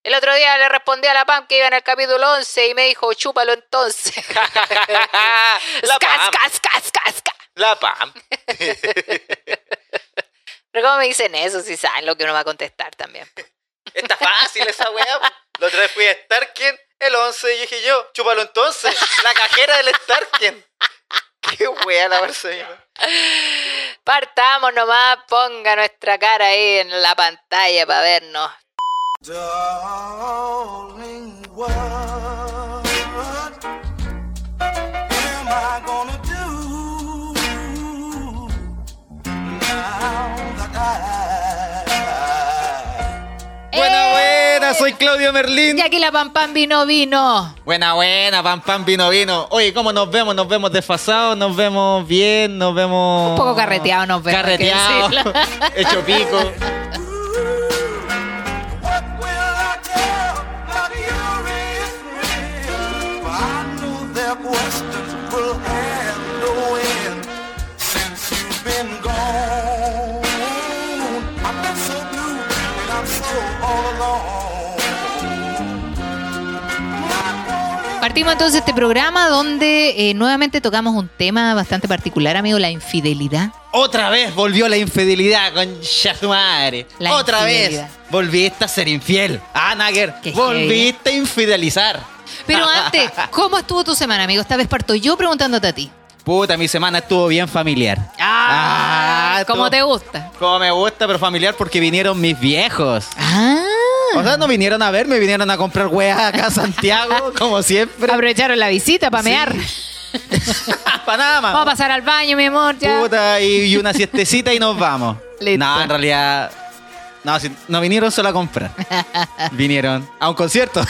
El otro día le respondí a la Pam que iba en el capítulo 11 y me dijo, chúpalo entonces. La Pam. La Pam. Pero ¿cómo me dicen eso si saben lo que uno va a contestar también? Está fácil esa weá. La otra vez fui a Starken, el 11, y dije yo, chúpalo entonces. La cajera del Starken. Qué weá la persona. Partamos nomás, ponga nuestra cara ahí en la pantalla para vernos. Darling, what am I gonna do now that Buena, soy Claudio Merlín. Y aquí la Pam Pam vino. Buena, Pam Pam vino. Oye, ¿cómo nos vemos? Nos vemos desfasados, nos vemos bien, nos vemos... Un poco carreteados nos vemos. Carreteados, hecho pico. what will I tell my furious friends? For I know their questions will have no end since you've been gone. I've been so blue and I'm so all alone. Partimos entonces este programa donde nuevamente tocamos un tema bastante particular, amigo, la infidelidad. Otra vez volvió la infidelidad, concha su madre. La Otra infidelidad. vez volviste a ser infiel. Nagger, Qué volviste a infidelizar. Pero antes, ¿cómo estuvo tu semana, amigo? Esta vez parto yo preguntándote a ti. Puta, mi semana estuvo bien familiar. ¿Cómo estuvo- te gusta? Como me gusta, pero familiar porque vinieron mis viejos. O sea, no vinieron a verme, vinieron a comprar weas acá a Santiago, como siempre. Aprovecharon la visita para Sí. mear. Para nada más. Vamos a pasar al baño, mi amor, ya. Puta, y una siestecita y nos vamos. Listo. No, en realidad... No vinieron solo a comprar. Vinieron a un concierto.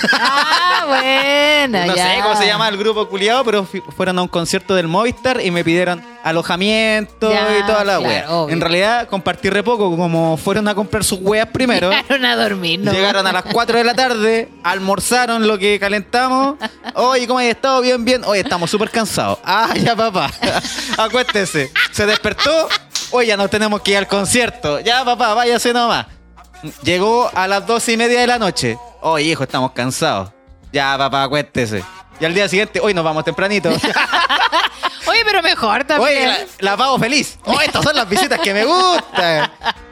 Buena, No ya. sé cómo se llama el grupo culiado, pero fueron a un concierto del Movistar y me pidieron alojamiento Ya, y toda la claro, wea. obvio. En realidad compartí re poco, como fueron a comprar sus weas primero. Llegaron a dormir, ¿no? Llegaron a las 4 de la tarde, almorzaron lo que calentamos. Oye, ¿cómo has estado? Bien, bien. Oye, estamos súper cansados. Ya, papá. Acuéstese. Se despertó. Oye, ya nos tenemos que ir al concierto. Ya, papá, váyase nomás. Llegó a las 12:30 de la noche. Oye, hijo, estamos cansados. Ya, papá, acuéstese. Y al día siguiente, hoy nos vamos tempranito. Oye, pero mejor también. Oye, la pago feliz. Oh, estas son las visitas que me gustan.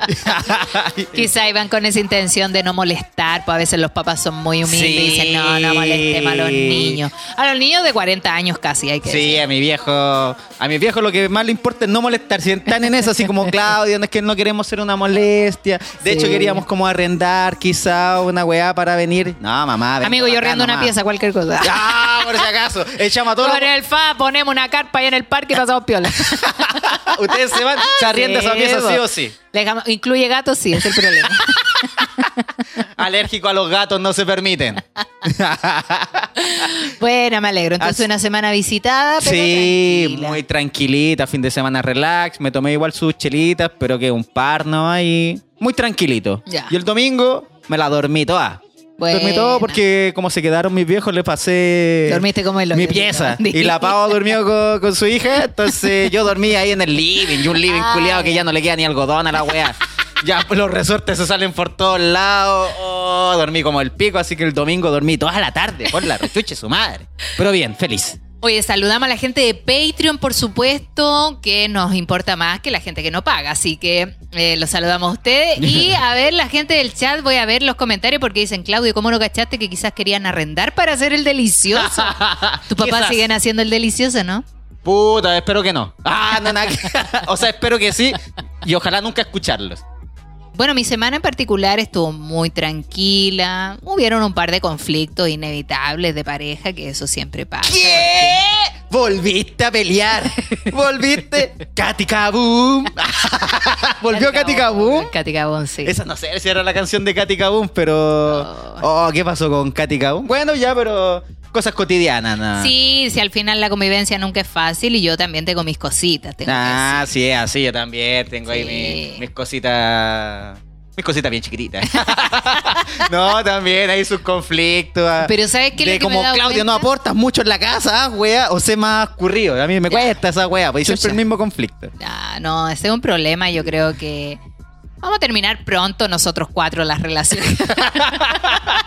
Quizá iban con esa intención de no molestar, pues a veces los papás son muy humildes y dicen, no molestemos a los niños. A los niños de 40 años casi, hay que Sí, decir. a mi viejo lo que más le importa es no molestar. Si están en eso, así como Claudio, no es que no queremos ser una molestia. De Sí. hecho, queríamos como arrendar quizá una weá para venir. No, mamá. venga Amigo, yo acá riendo una nomás. pieza, cualquier cosa. Ya, por si acaso. Echamos a todos Con el FA ponemos una carpa ahí en el parque y pasamos piola. Ustedes se van, se arrienda esa pieza sí o sí. Incluye gatos, sí, es el problema. Alérgico a los gatos no se permiten. Bueno, me alegro. Entonces, Así- una semana visitada, pero Sí, tranquila. muy tranquilita, fin de semana relax. Me tomé igual sus chelitas, pero que un par, ¿no? Ahí. Muy tranquilito. Ya. Y el domingo me la dormí toda. Buena. Dormí todo porque como se quedaron mis viejos, le pasé Dormiste como el hoyo, mi pieza. ¿no? Y la Pau durmió con su hija, entonces yo dormí ahí en el living. Y un living Ay. culiado que ya no le queda ni algodón a la wea. Ya los resortes se salen por todos lados. Oh, dormí como el pico, así que el domingo dormí toda la tarde. Por la rechuche su madre. Pero bien, feliz. Oye, saludamos a la gente de Patreon, por supuesto, que nos importa más que la gente que no paga. Así que los saludamos a ustedes. Y a ver, la gente del chat, voy a ver los comentarios porque dicen, Claudio, ¿cómo no cachaste que quizás querían arrendar para hacer el delicioso? Tu papá Quizás. siguen haciendo el delicioso, ¿no? Puta, espero que no. No, nada. O sea, espero que sí. Y ojalá nunca escucharlos. Bueno, mi semana en particular estuvo muy tranquila. Hubieron un par de conflictos inevitables de pareja, que eso siempre pasa. ¿Qué? Volviste a pelear. Volviste. Katy Kaboom. Volvió Katy Kaboom. Katy Kaboom, sí. Esa no sé si era la canción de Katy Kaboom, pero. Oh, ¿qué pasó con Katy Kaboom? Bueno, ya, pero. Cosas cotidianas, ¿no? Sí, si al final la convivencia nunca es fácil y yo también tengo mis cositas. Tengo que decir. Sí, así yo también tengo Sí. ahí mis cositas. Mis cositas bien chiquititas. No, también hay sus conflictos. Pero ¿sabes qué es lo De que me he como, dado Claudio, no cuenta? aportas mucho en la casa, wea, o sé más currido. A mí me cuesta esa wea, pues siempre Chucha. el mismo conflicto. No, ese es un problema. Yo creo que vamos a terminar pronto nosotros cuatro las relaciones.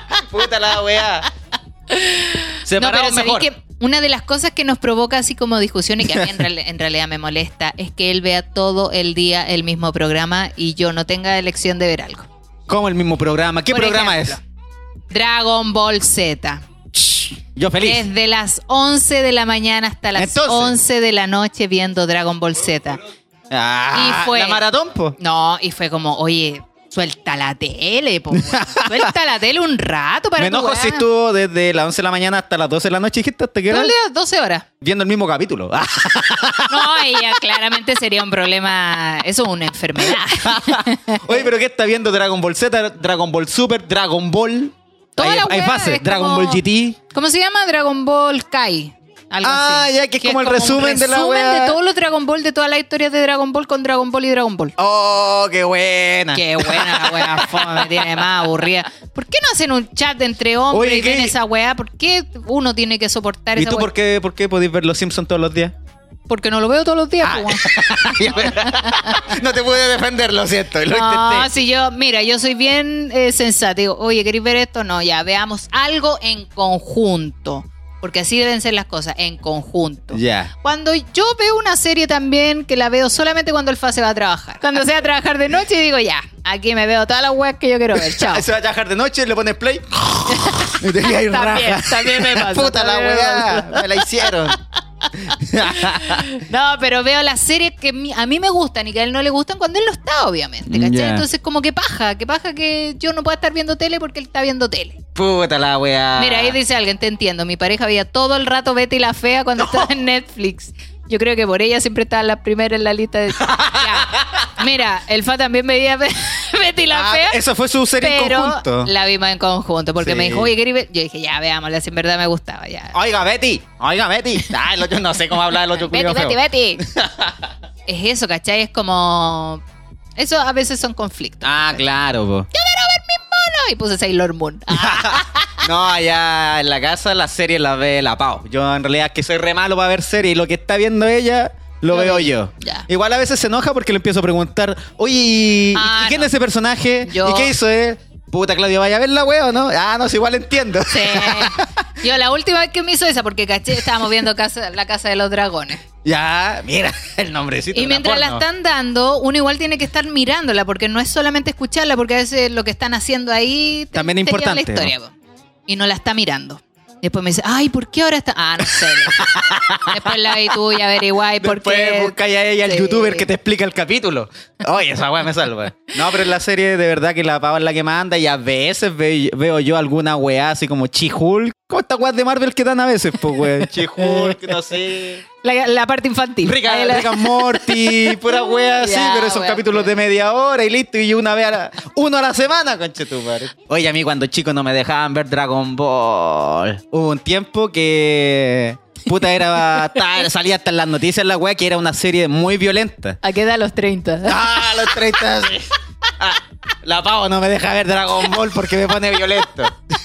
Puta la weá. No, Separado pero sabéis mejor. que una de las cosas que nos provoca así como discusión y que a mí en realidad me molesta es que él vea todo el día el mismo programa y yo no tenga elección de ver algo. ¿Cómo el mismo programa? ¿Qué Por programa ejemplo, Dragon Ball Z. es? Yo feliz. Desde las 11 de la mañana hasta las Entonces. 11 de la noche viendo Dragon Ball Z. Ah, Y fue- la maratón, po. No, y fue como, oye, suelta la tele, po, weón. Suelta la tele un rato para Me tu enojo weá. si estuvo desde las 11 de la mañana hasta las 12 de la noche, dijiste, hasta que Todo era el día, 12 horas. viendo el mismo capítulo. No, ella claramente sería un problema. Eso es una enfermedad. Oye, pero ¿qué está viendo? Dragon Ball Z, Dragon Ball Super, Dragon Ball. Toda la Hay weá fases. es Dragon como- Ball GT. ¿Cómo se llama? Dragon Ball Kai. Algo Ah, así. ya, que es como el un resumen de la resumen weá. de todos los Dragon Ball, de todas las historias de Dragon Ball con Dragon Ball y Dragon Ball. Oh, qué buena. Qué buena la weá, fome, me tiene más aburrida. ¿Por qué no hacen un chat entre hombres Oye, y ven ¿qué? esa weá? ¿Por qué uno tiene que soportar ¿Y esa tú weá? por qué podéis ver los Simpsons todos los días? Porque no lo veo todos los días, Ah. po, weón. No te pude defender, lo siento. Lo No, intenté. si yo soy bien sensata. Digo, oye, ¿queréis ver esto? No, ya, veamos algo en conjunto. Porque así deben ser las cosas, en conjunto. Ya. Cuando yo veo una serie también, que la veo solamente cuando el Fa se va a trabajar. Cuando se va a trabajar de noche, digo, ya, aquí me veo todas las weas que yo quiero ver. Chao. Se va a trabajar de noche, le pones play. Y te quedas ahí También, raja. también me pasa, Puta la también me weá. Me la hicieron. No, pero veo las series que a mí me gustan y que a él no le gustan cuando él no está, obviamente. ¿Cachai? Ya. Entonces, como que paja que yo no pueda estar viendo tele porque él está viendo tele. Puta la weá. Mira, ahí dice alguien, te entiendo. Mi pareja veía todo el rato Betty la Fea cuando estaba en Netflix. Yo creo que por ella siempre estaba la primera en la lista de... Ya. Mira, el Fa también veía Betty la Ah, Fea. eso fue su serie en pero conjunto. la vimos en conjunto porque Sí. me dijo, oye, ¿querés ver? Yo dije, ya, veámosla, si en verdad me gustaba. Ya. Oiga, Betty. Ah, el otro no sé cómo hablar el otro Betty, culiao Betty, feo. Betty. Es eso, ¿cachai? Es como... Eso a veces son conflictos. Ah, claro, po. No, y puse Sailor Moon. Ah, No, allá en la casa las series las ve la Pau. Yo en realidad es que soy re malo para ver series y lo que está viendo ella lo Lo veo ve. yo. Ya. Igual a veces se enoja porque le empiezo a preguntar, oye, ¿y quién no. es ese personaje? Yo- ¿Y qué hizo él? Puta, Claudio, ¿vaya a ver la wea o no? Ah, no, si igual entiendo. sí. Yo la última vez que me hizo esa, porque caché, estábamos viendo la Casa de los Dragones. Ya, mira, el nombrecito. Y de mientras la porno. están dando, uno igual tiene que estar mirándola, porque no es solamente escucharla, porque a veces lo que están haciendo ahí También es te lleva importante, la historia, po. Y no la está mirando. Después me dice, ay, ¿por qué ahora está? Ah, no sé. Después la vi tú y averiguáis por Después qué. buscáis a ella el Sí. youtuber que te explica el capítulo. Oye, esa weá me salva. No, pero en la serie de verdad que la Pau es la que manda y a veces veo yo alguna weá así como She-Hulk. ¿Cómo estas weas de Marvel que dan a veces, pues weón? She-Hulk, no sé. La parte infantil. Rick Ahí la- and Morty, pura wea así, Ya, pero son wea, capítulos de media hora y listo, y una vez uno a la semana, conchetumare. Oye, a mí cuando chico no me dejaban ver Dragon Ball. Hubo un tiempo que puta salía hasta en las noticias la wea que era una serie muy violenta. ¿A qué edad? Los 30. Ah, a los 30 sí. Ah, la Pau no me deja ver Dragon Ball porque me pone violento.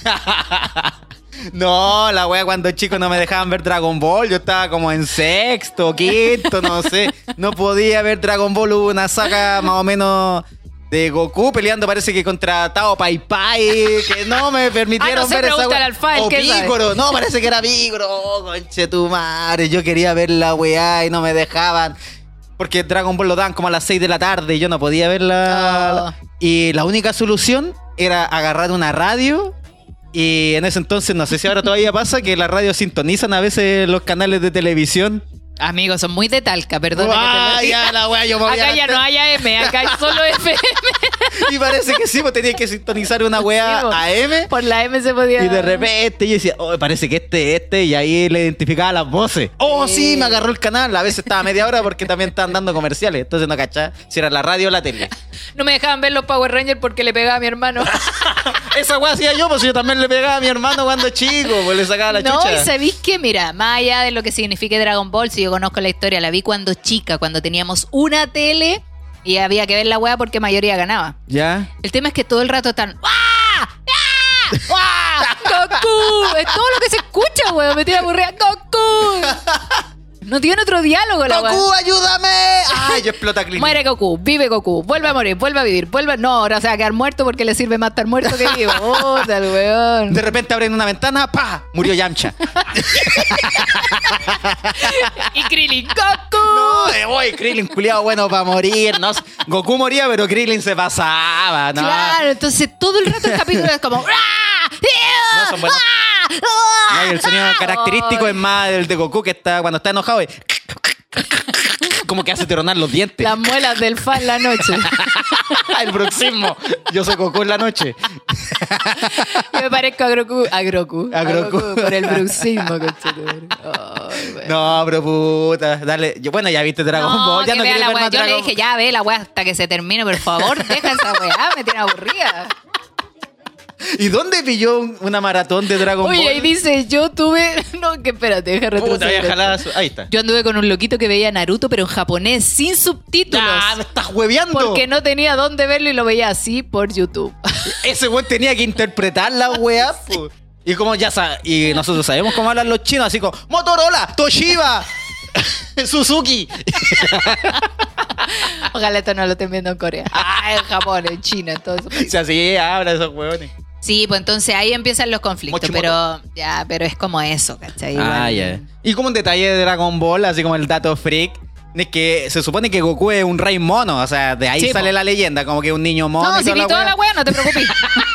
No, la wea cuando chico no me dejaban ver Dragon Ball. Yo estaba como en sexto, quinto, no sé. No podía ver Dragon Ball. Hubo una saga más o menos de Goku peleando, parece que contra Tao Pai Pai, que no me permitieron Ah, no sé, ver esa pregúntale wea. al Fa, el O que sabe. Pícoro, no, parece que era Pícoro. Oh, conche tu madre. Yo quería ver la weá y no me dejaban. Porque Dragon Ball lo dan como a las 6 de la tarde y yo no podía verla. Oh. Y la única solución era agarrar una radio. Y en ese entonces, no sé si ahora todavía pasa, que las radios sintonizan a veces los canales de televisión. Amigos, son muy de Talca, perdón. Ah, ya, la wea, yo me voy a Acá ya no hay AM, acá hay solo FM. Y parece que sí, pues tenía que sintonizar una wea Sí, po. AM. Por la M se podía. Y de repente yo decía, oh, parece que y ahí le identificaba las voces. Oh, sí, me agarró el canal. A veces estaba media hora porque también estaban dando comerciales. Entonces no cachaba si era la radio o la tele. No me dejaban ver los Power Rangers porque le pegaba a mi hermano. Esa weá hacía yo, pues yo también le pegaba a mi hermano cuando chico, pues le sacaba la No, chucha. y sabéis que, mira, más allá de lo que signifique Dragon Ball, si yo conozco la historia, la vi cuando chica, cuando teníamos una tele y había que ver la weá porque mayoría ganaba. ¿Ya? El tema es que todo el rato están. ¡Ah! ¡Ah! ¡Ah! ¡Goku! Es todo lo que se escucha, weón. Me tiene aburrida. ¡Goku! No tiene otro diálogo la ¡Goku, weá. ayúdame! ¡Ay, yo explota Krillin! Muere Goku, vive Goku, vuelve a morir, vuelve a vivir, vuelve... No, ahora se va a quedar muerto porque le sirve más estar muerto que vivo. Puta, el weón. De repente abren una ventana, ¡pa! Murió Yamcha. Y Krillin, Goku. No, Krillin culiado bueno para morir. No, Goku moría, pero Krillin se pasaba. No. Claro, entonces todo el rato el capítulo es como... No, son buenos. No, y el sonido característico es más el de Goku, que está cuando está enojado es como que hace tronar los dientes. Las muelas del fan la noche. El bruxismo. Yo soy Goku en la noche. Yo me parezco a Grogu. A Grogu. A Grogu. Por el bruxismo, conchetumare. Ay, bueno. No, pero puta. Dale. Bueno, ya viste Dragon Ball. Ya que no vea quieres la ver weá. más Yo le Dragon dije, ya ve la weá hasta que se termine, por favor, deja esa weá, me tiene aburrida. ¿Y dónde pilló una maratón de Dragon Oye, Ball? ahí dice, yo tuve... No, que espérate, deja Puta, voy a retroceder. jalar. Ahí está. Yo anduve con un loquito que veía Naruto, pero en japonés, sin subtítulos. ¡Ah, me estás hueveando! Porque no tenía dónde verlo y lo veía así por YouTube. Ese güey tenía que interpretar la weá, po. Y como y nosotros sabemos cómo hablan los chinos, así como Motorola, Toshiba, Suzuki. Ojalá esto no lo estén viendo en Corea. Ah, en Japón, en China, en todo eso. O sea, así hablan esos huevones. Sí, pues entonces ahí empiezan los conflictos, Mochimoto. pero es como eso, ¿cachai? Ah, Igual. ya. Y como un detalle de Dragon Ball, así como el dato freak, es que se supone que Goku es un rey mono, o sea, de ahí Sí, sale po. la leyenda, como que un niño mono. No, y si toda vi la toda wea. la wea, no te preocupes.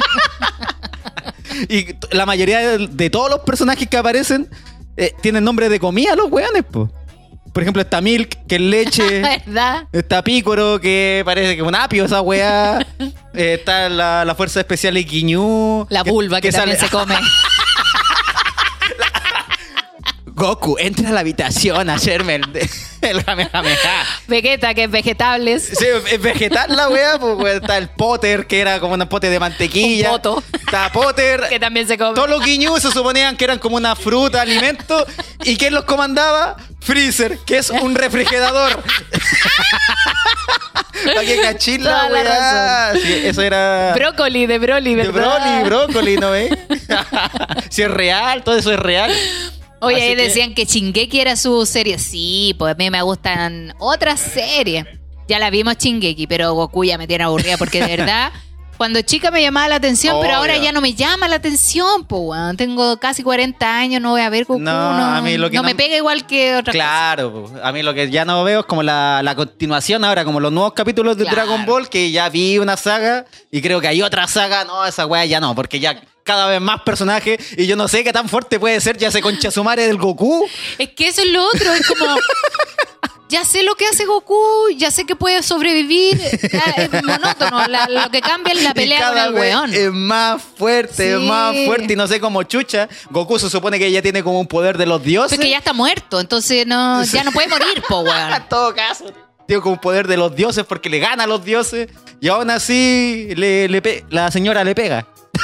Y la mayoría de todos los personajes que aparecen tienen nombre de comida, los weones, po. Por ejemplo, está Milk, que es leche. ¿Verdad? Está Picoro, que parece que es un apio esa weá. Está la Fuerza Especial de Ginyu. La vulva que también se come. Goku, entra a la habitación a hacerme el Kamehameha. Vegeta, que es vegetables. Sí, es vegetal la weá, pues está el Potter, que era como un pote de mantequilla. Un poto. Está Potter. Que también se come. Todos los Ginyu se suponían que eran como una fruta, alimento. ¿Y quién los comandaba? Freezer, que es un refrigerador. Para que cachis la Toda la weá. Sí, eso era... Brócoli, de Broly, De ¿verdad? brócoli, ¿no ves? Si es real, todo eso es real. Oye, Así ahí que- decían que Shingeki era su serie. Sí, pues a mí me gustan otras series. Ya la vimos Shingeki, pero Goku ya me tiene aburrida porque de verdad, cuando chica me llamaba la atención, pero ahora Obvio. ya no me llama la atención, pues weón. Tengo casi 40 años, no voy a ver Goku. No, No, a mí lo que no no- me pega igual que otras Claro, po. A mí lo que ya no veo es como la continuación ahora, como los nuevos capítulos de Claro. Dragon Ball, que ya vi una saga y creo que hay otra saga. No, esa weá ya no, porque ya cada vez más personajes y yo no sé qué tan fuerte puede ser ya ese concha su madre del Goku. cosas. Es que eso es lo otro, es como... Ya sé lo que hace Goku, ya sé que puede sobrevivir. Ya es monótono. Lo que cambia es la Y pelea con cada el vez weón. es más fuerte, es Sí. más fuerte y no sé cómo chucha. Goku se supone que ya tiene como un poder de los dioses. Porque ya está muerto, entonces no, ya no puede morir, po, weón. En todo caso, tiene como un poder de los dioses porque le gana a los dioses y aún así la señora le pega.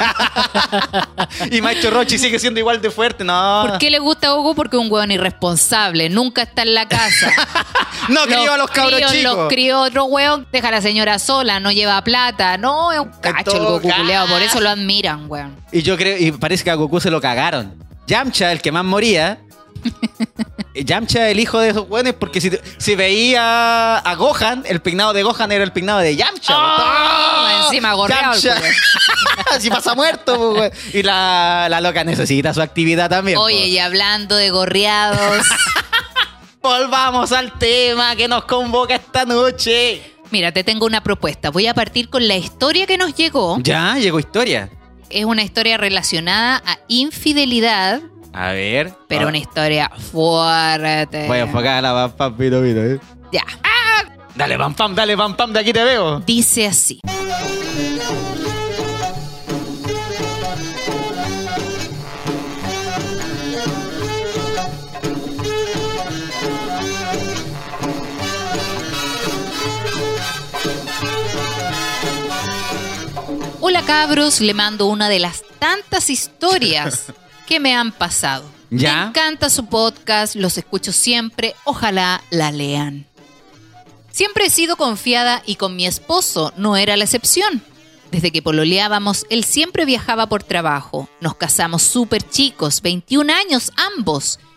Y Maestro Rochi sigue siendo igual de fuerte, no. ¿Por qué le gusta a Goku? Porque es un weón irresponsable, nunca está en la casa. No crió a los cabros chicos. Los crió otro weón, deja a la señora sola, no lleva plata. No, es un cacho el todo Goku caso. culeado, por eso lo admiran, weón. Y yo creo, y parece que a Goku se lo cagaron. Yamcha, el que más moría. Yamcha, el hijo de esos weones, porque si veía a Gohan, el peinado de Gohan era el peinado de Yamcha. Oh, encima gorreado el Yamcha. culo. Si pasa muerto, pues, weón. Y la loca necesita su actividad también. Oye, pues. y hablando de gorreados, Volvamos al tema que nos convoca esta noche. mira, te tengo una propuesta. Voy a partir con la historia que nos llegó. Ya, llegó historia. Es una historia relacionada a infidelidad, A ver. pero una historia fuerte. Voy a enfocar a la pam pam, pito, pito, Ya. Dale pam pam, de aquí te veo. Dice así. Hola cabros, le mando una de las tantas historias que me han pasado. ¿Ya? Me encanta su podcast, los escucho siempre, ojalá la lean. Siempre he sido confiada y con mi esposo no era la excepción. Desde que pololeábamos, él siempre viajaba por trabajo. Nos casamos súper chicos, 21 años ambos,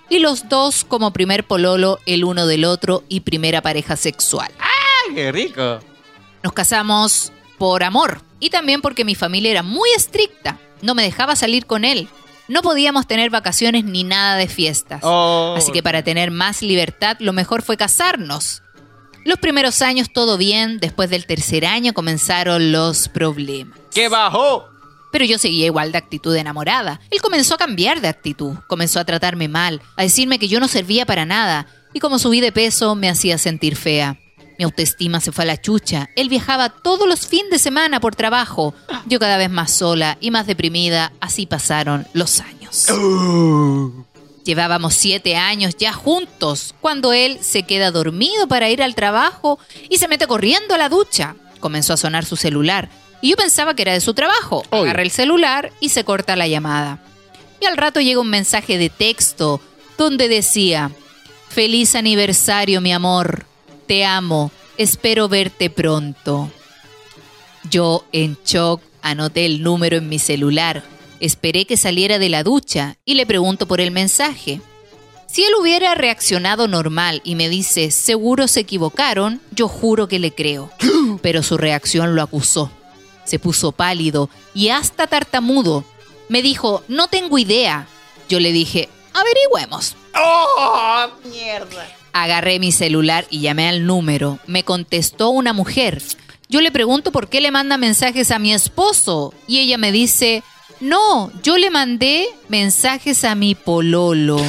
y los dos como primer pololo el uno del otro y primera pareja sexual. ¡Ah, qué rico! Nos casamos por amor y también porque mi familia era muy estricta. No me dejaba salir con él. No podíamos tener vacaciones ni nada de fiestas. Así que para tener más libertad, lo mejor fue casarnos. Los primeros años todo bien, después del tercer año comenzaron los problemas. ¿Qué bajó? Pero yo seguía igual de actitud de enamorada. Él comenzó a cambiar de actitud, comenzó a tratarme mal, a decirme que yo no servía para nada. Y como subí de peso, me hacía sentir fea. Mi autoestima se fue a la chucha. Él viajaba todos los fines de semana por trabajo. Yo cada vez más sola y más deprimida. Así pasaron los años. Llevábamos 7 años ya juntos, cuando él se queda dormido para ir al trabajo y se mete corriendo a la ducha. Comenzó a sonar su celular y yo pensaba que era de su trabajo. Agarré el celular y se corta la llamada. Y al rato llega un mensaje de texto donde decía: «Feliz aniversario, mi amor. Te amo. Espero verte pronto». Yo, en shock, anoté el número en mi celular. Esperé que saliera de la ducha y le pregunto por el mensaje. Si él hubiera reaccionado normal y me dice «seguro se equivocaron», yo juro que le creo. Pero su reacción lo acusó. Se puso pálido y hasta tartamudo. Me dijo «no tengo idea». Yo le dije «averigüemos». ¡Oh, mierda! Agarré mi celular y llamé al número. Me contestó una mujer. Yo le pregunto por qué le manda mensajes a mi esposo. Y ella me dice: «no, yo le mandé mensajes a mi pololo».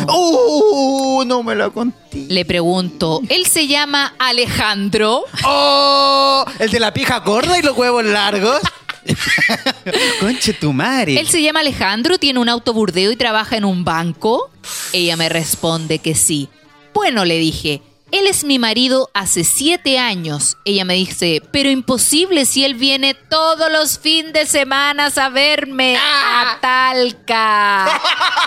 No me lo conté. Le pregunto: ¿él se llama Alejandro? ¡Oh! ¿El de la pija gorda y los huevos largos? Conche tu madre. ¿Él se llama Alejandro, tiene un autoburdeo y trabaja en un banco? Ella me responde que sí. Bueno, le dije, él es mi marido hace 7 años. Ella me dice, pero imposible si él viene todos los fines de semana a verme a Talca.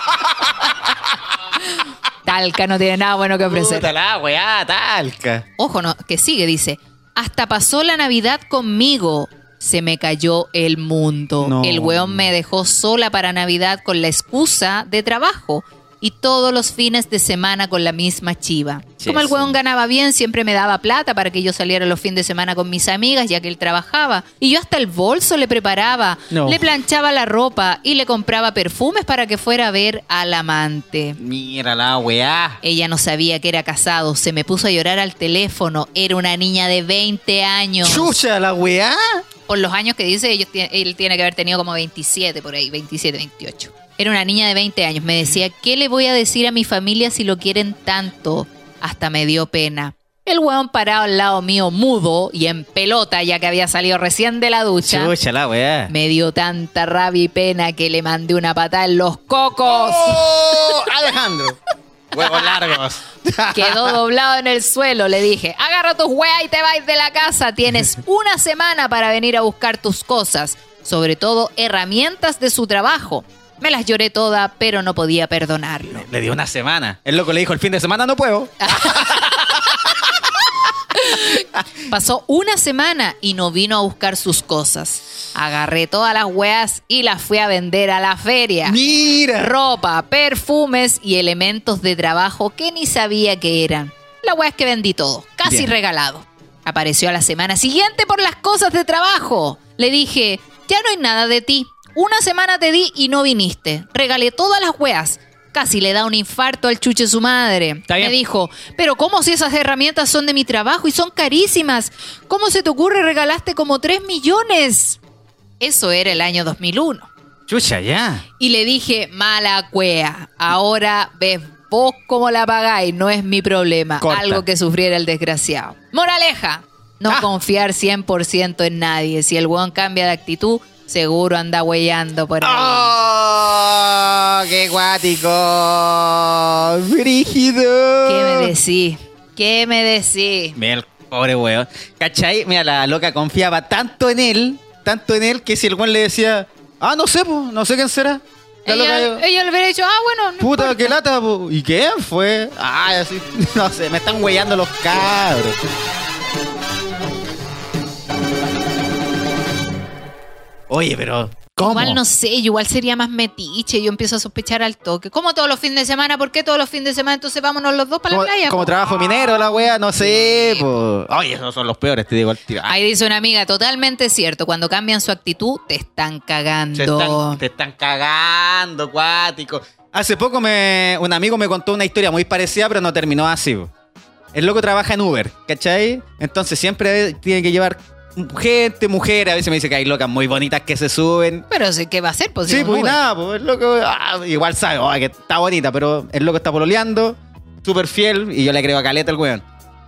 Talca no tiene nada bueno que ofrecer. Puta la weá, Talca. Ojo, no, que sigue, dice, hasta pasó la Navidad conmigo. Se me cayó el mundo. No. El weón me dejó sola para Navidad con la excusa de trabajo. Y todos los fines de semana con la misma chiva. Sí, Como el sí. hueón ganaba bien, siempre me daba plata para que yo saliera los fines de semana con mis amigas, ya que él trabajaba. Y yo hasta el bolso le preparaba, No. le planchaba la ropa y le compraba perfumes para que fuera a ver al amante. Mira la weá. Ella no sabía que era casado, se me puso a llorar al teléfono. Era una niña de 20 años. Chucha la weá. Por los años que dice, él tiene que haber tenido como 27 por ahí, 27, 28. Era una niña de 20 años. Me decía, ¿qué le voy a decir a mi familia si lo quieren tanto? Hasta me dio pena. El hueón parado al lado mío, mudo y en pelota, ya que había salido recién de la ducha. Chucha la weá. Me dio tanta rabia y pena que le mandé una patada en los cocos. ¡Oh! Alejandro. Huevos largos. Quedó doblado en el suelo. Le dije, agarra tus weas y te vais de la casa. Tienes una semana para venir a buscar tus cosas. Sobre todo herramientas de su trabajo. Me las lloré todas, pero no podía perdonarlo. Le dio una semana. El loco le dijo, el fin de semana no puedo. Pasó una semana y no vino a buscar sus cosas. Agarré todas las weas y las fui a vender a la feria. Mira. Ropa, perfumes y elementos de trabajo que ni sabía que eran. La wea es que vendí todo, casi Bien. regalado. Apareció a la semana siguiente por las cosas de trabajo. Le dije, ya no hay nada de ti. Una semana te di y no viniste. Regalé todas las weas. Casi le da un infarto al chuche su madre. Está bien. Me dijo, pero ¿cómo si esas herramientas son de mi trabajo y son carísimas? ¿Cómo se te ocurre regalaste como 3 millones? Eso era el año 2001. Chucha ya. Y le dije, mala cuea, ahora ves vos cómo la pagáis, no es mi problema. Corta. Algo que sufriera el desgraciado. Moraleja, no confiar 100% en nadie. Si el weón cambia de actitud, seguro anda huellando por ahí. ¡Oh! ¡Qué guático! ¡Brígido! ¿Qué me decís? ¿Ququé me decís? Mira el pobre weón. ¿Cachai? Mira, la loca confiaba tanto en él, que si el weón le decía, no sé, po, no sé quién será. La loca dijo, Ella le hubiera dicho, bueno, no puta, importa. qué lata, po. ¿Y quién fue? Así, no sé, me están huellando los cabros. Oye, pero ¿Cómo? Igual no sé, yo igual sería más metiche, yo empiezo a sospechar al toque. ¿Cómo todos los fines de semana? ¿Por qué todos los fines de semana? Entonces vámonos los dos para la playa. Como po. trabajo minero, la wea, no sé, po. Oye, esos son los peores, te digo al tiro. Ahí dice una amiga, totalmente cierto, cuando cambian su actitud, te están cagando. Te están cagando, cuático. Hace poco un amigo me contó una historia muy parecida, pero no terminó así, po. El loco trabaja en Uber, ¿cachai? Entonces siempre tiene que llevar gente, mujeres. A veces me dice que hay locas muy bonitas que se suben. Pero sí, ¿qué va a hacer? Pues, Sí, si pues y no, nada, pues el loco igual sabe que está bonita, pero el loco está pololeando, súper fiel, y yo le creo a caleta el weón.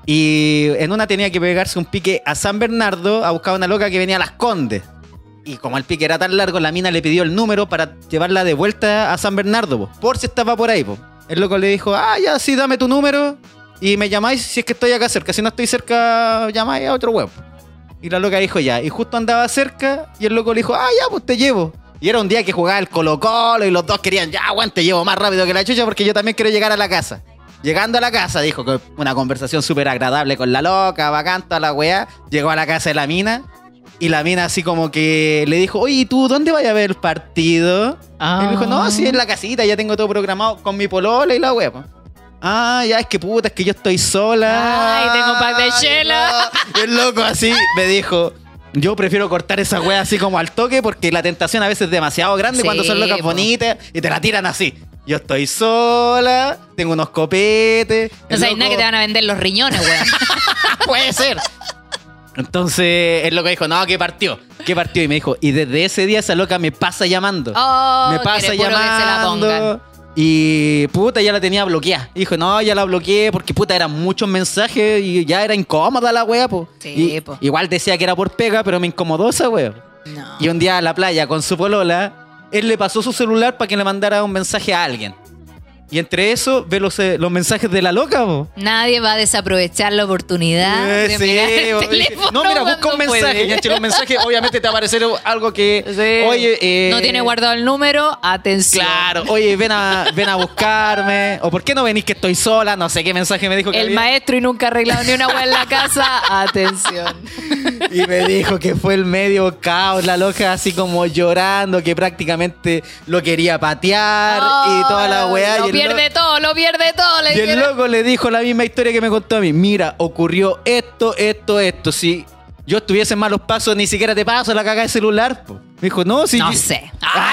Y en una tenía que pegarse un pique a San Bernardo a buscar una loca que venía a Las Condes. Y como el pique era tan largo, la mina le pidió el número para llevarla de vuelta a San Bernardo, po, por si estaba por ahí, po. El loco le dijo, ya, sí, dame tu número y me llamáis si es que estoy acá cerca. Si no estoy cerca, llamáis a otro huevo. Y la loca dijo ya. Y justo andaba cerca y el loco le dijo, ya, pues te llevo. Y era un día que jugaba el Colo-Colo y los dos querían, ya, weón, te llevo más rápido que la chucha porque yo también quiero llegar a la casa. Llegando a la casa, dijo que una conversación súper agradable con la loca, bacán, toda la weá. Llegó a la casa de la mina y la mina así como que le dijo, oye, ¿y tú dónde vas a ver el partido? Y le dijo, no, sí, en la casita, ya tengo todo programado con mi polola y la weá, pues. Ya, es que puta, es que yo estoy sola. Ay, tengo un pack de chela. No. El loco así me dijo, yo prefiero cortar esa wea así como al toque porque la tentación a veces es demasiado grande Sí, cuando son locas po. bonitas y te la tiran así. Yo estoy sola, tengo unos copetes. No El sabes loco- nada que te van a vender los riñones, weón. Puede ser. Entonces el loco dijo, no, ¿qué partió? Y me dijo, y desde ese día esa loca me pasa llamando. Oh, Me pasa quiere puro que se la pongan. llamando. Y puta, ya la tenía bloqueada. Dijo, no, ya la bloqueé porque puta, eran muchos mensajes y ya era incómoda la wea, po. Sí, Y po. igual decía que era por pega, pero me incomodó esa wea. No. Y un día a la playa con su polola, él le pasó su celular para que le mandara un mensaje a alguien. Y entre eso ve los mensajes de la loca, po. Nadie va a desaprovechar la oportunidad de Sí, mirar el po. teléfono No, mira, busca cuando un mensaje. puede. Y entre los mensajes, obviamente te va a aparecer algo que. Sí. Oye, no tiene guardado el número, atención. Claro, oye, ven a buscarme. O ¿por qué no venís que estoy sola? No sé qué mensaje me dijo que El había. maestro y nunca ha arreglado ni una hueá en la casa, atención. Y me dijo que fue el medio caos, la loca así como llorando, que prácticamente lo quería patear y toda la weá. Lo y el pierde todo, lo pierde todo. Le Y el dijeron. loco le dijo la misma historia que me contó a mí. Mira, ocurrió esto. Si yo estuviese en malos pasos, ni siquiera te paso la cagada de celular. Po. Me dijo, no, si... No sé.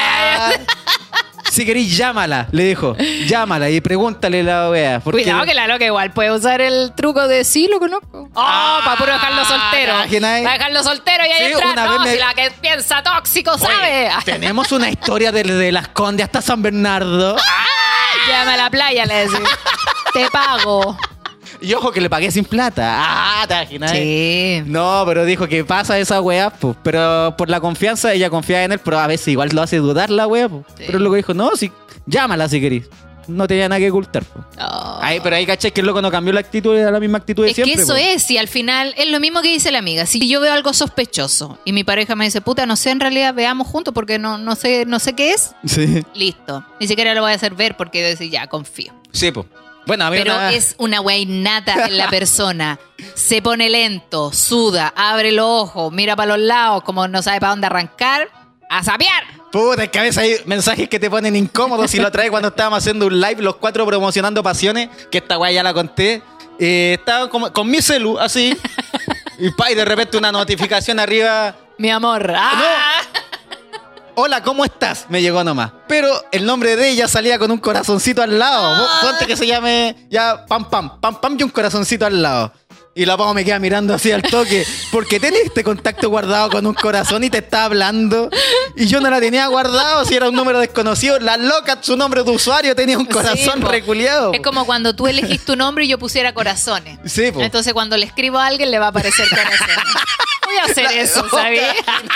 Si querís, llámala, le dijo. Llámala y pregúntale la wea. porque- Cuidado que la loca igual puede usar el truco de sí, lo conozco. Para puro dejarlo soltero. ¿imagináis? Para dejarlo soltero y ahí Sí, entrar. una No, vez me- si la que piensa tóxico, Oye, ¿sabe? tenemos una historia de Las Condes hasta San Bernardo. Llévame a la playa, le decís. Te pago. Y ojo que le pagué sin plata. ¿Te imaginas? Sí. No, pero dijo que pasa esa weá, pues. Pero por la confianza, ella confía en él, pero a veces igual lo hace dudar la weá, pues. Sí. Pero el loco dijo, no, sí, llámala si querís. No tenía nada que ocultar, pues. Oh. Pero ahí caché que el loco no cambió la actitud, era la misma actitud de Es siempre. que eso pues. es, y al final es lo mismo que dice la amiga. Si yo veo algo sospechoso y mi pareja me dice, puta, no sé, en realidad veamos juntos porque no sé qué es, Sí. listo. Ni siquiera lo voy a hacer ver porque decir, ya, confío. Sí, pues. Bueno, a mí Pero una- es una wea innata en la persona. Se pone lento, suda, abre los ojos, mira para los lados, como no sabe para dónde arrancar, a sapear. Puta, es que a veces hay mensajes que te ponen incómodos y lo trae cuando estábamos haciendo un live, los cuatro promocionando Pasiones, que esta weá ya la conté. Estaba como, con mi celu, así, y de repente una notificación arriba. Mi amor. ¡Ah! Hola, ¿cómo estás? Me llegó nomás. Pero el nombre de ella salía con un corazoncito al lado. Vos ponte que se llame ya pam y un corazoncito al lado. Y la Pau me queda mirando así al toque. Porque tenés este contacto guardado con un corazón y te está hablando. Y yo no la tenía guardado, si era un número desconocido. La loca, su nombre de usuario tenía un corazón Sí, po. reculeado. Es como cuando tú elegís tu nombre y yo pusiera corazones. Sí, po. Entonces cuando le escribo a alguien le va a aparecer corazones. Voy a hacer eso, ¿sabes?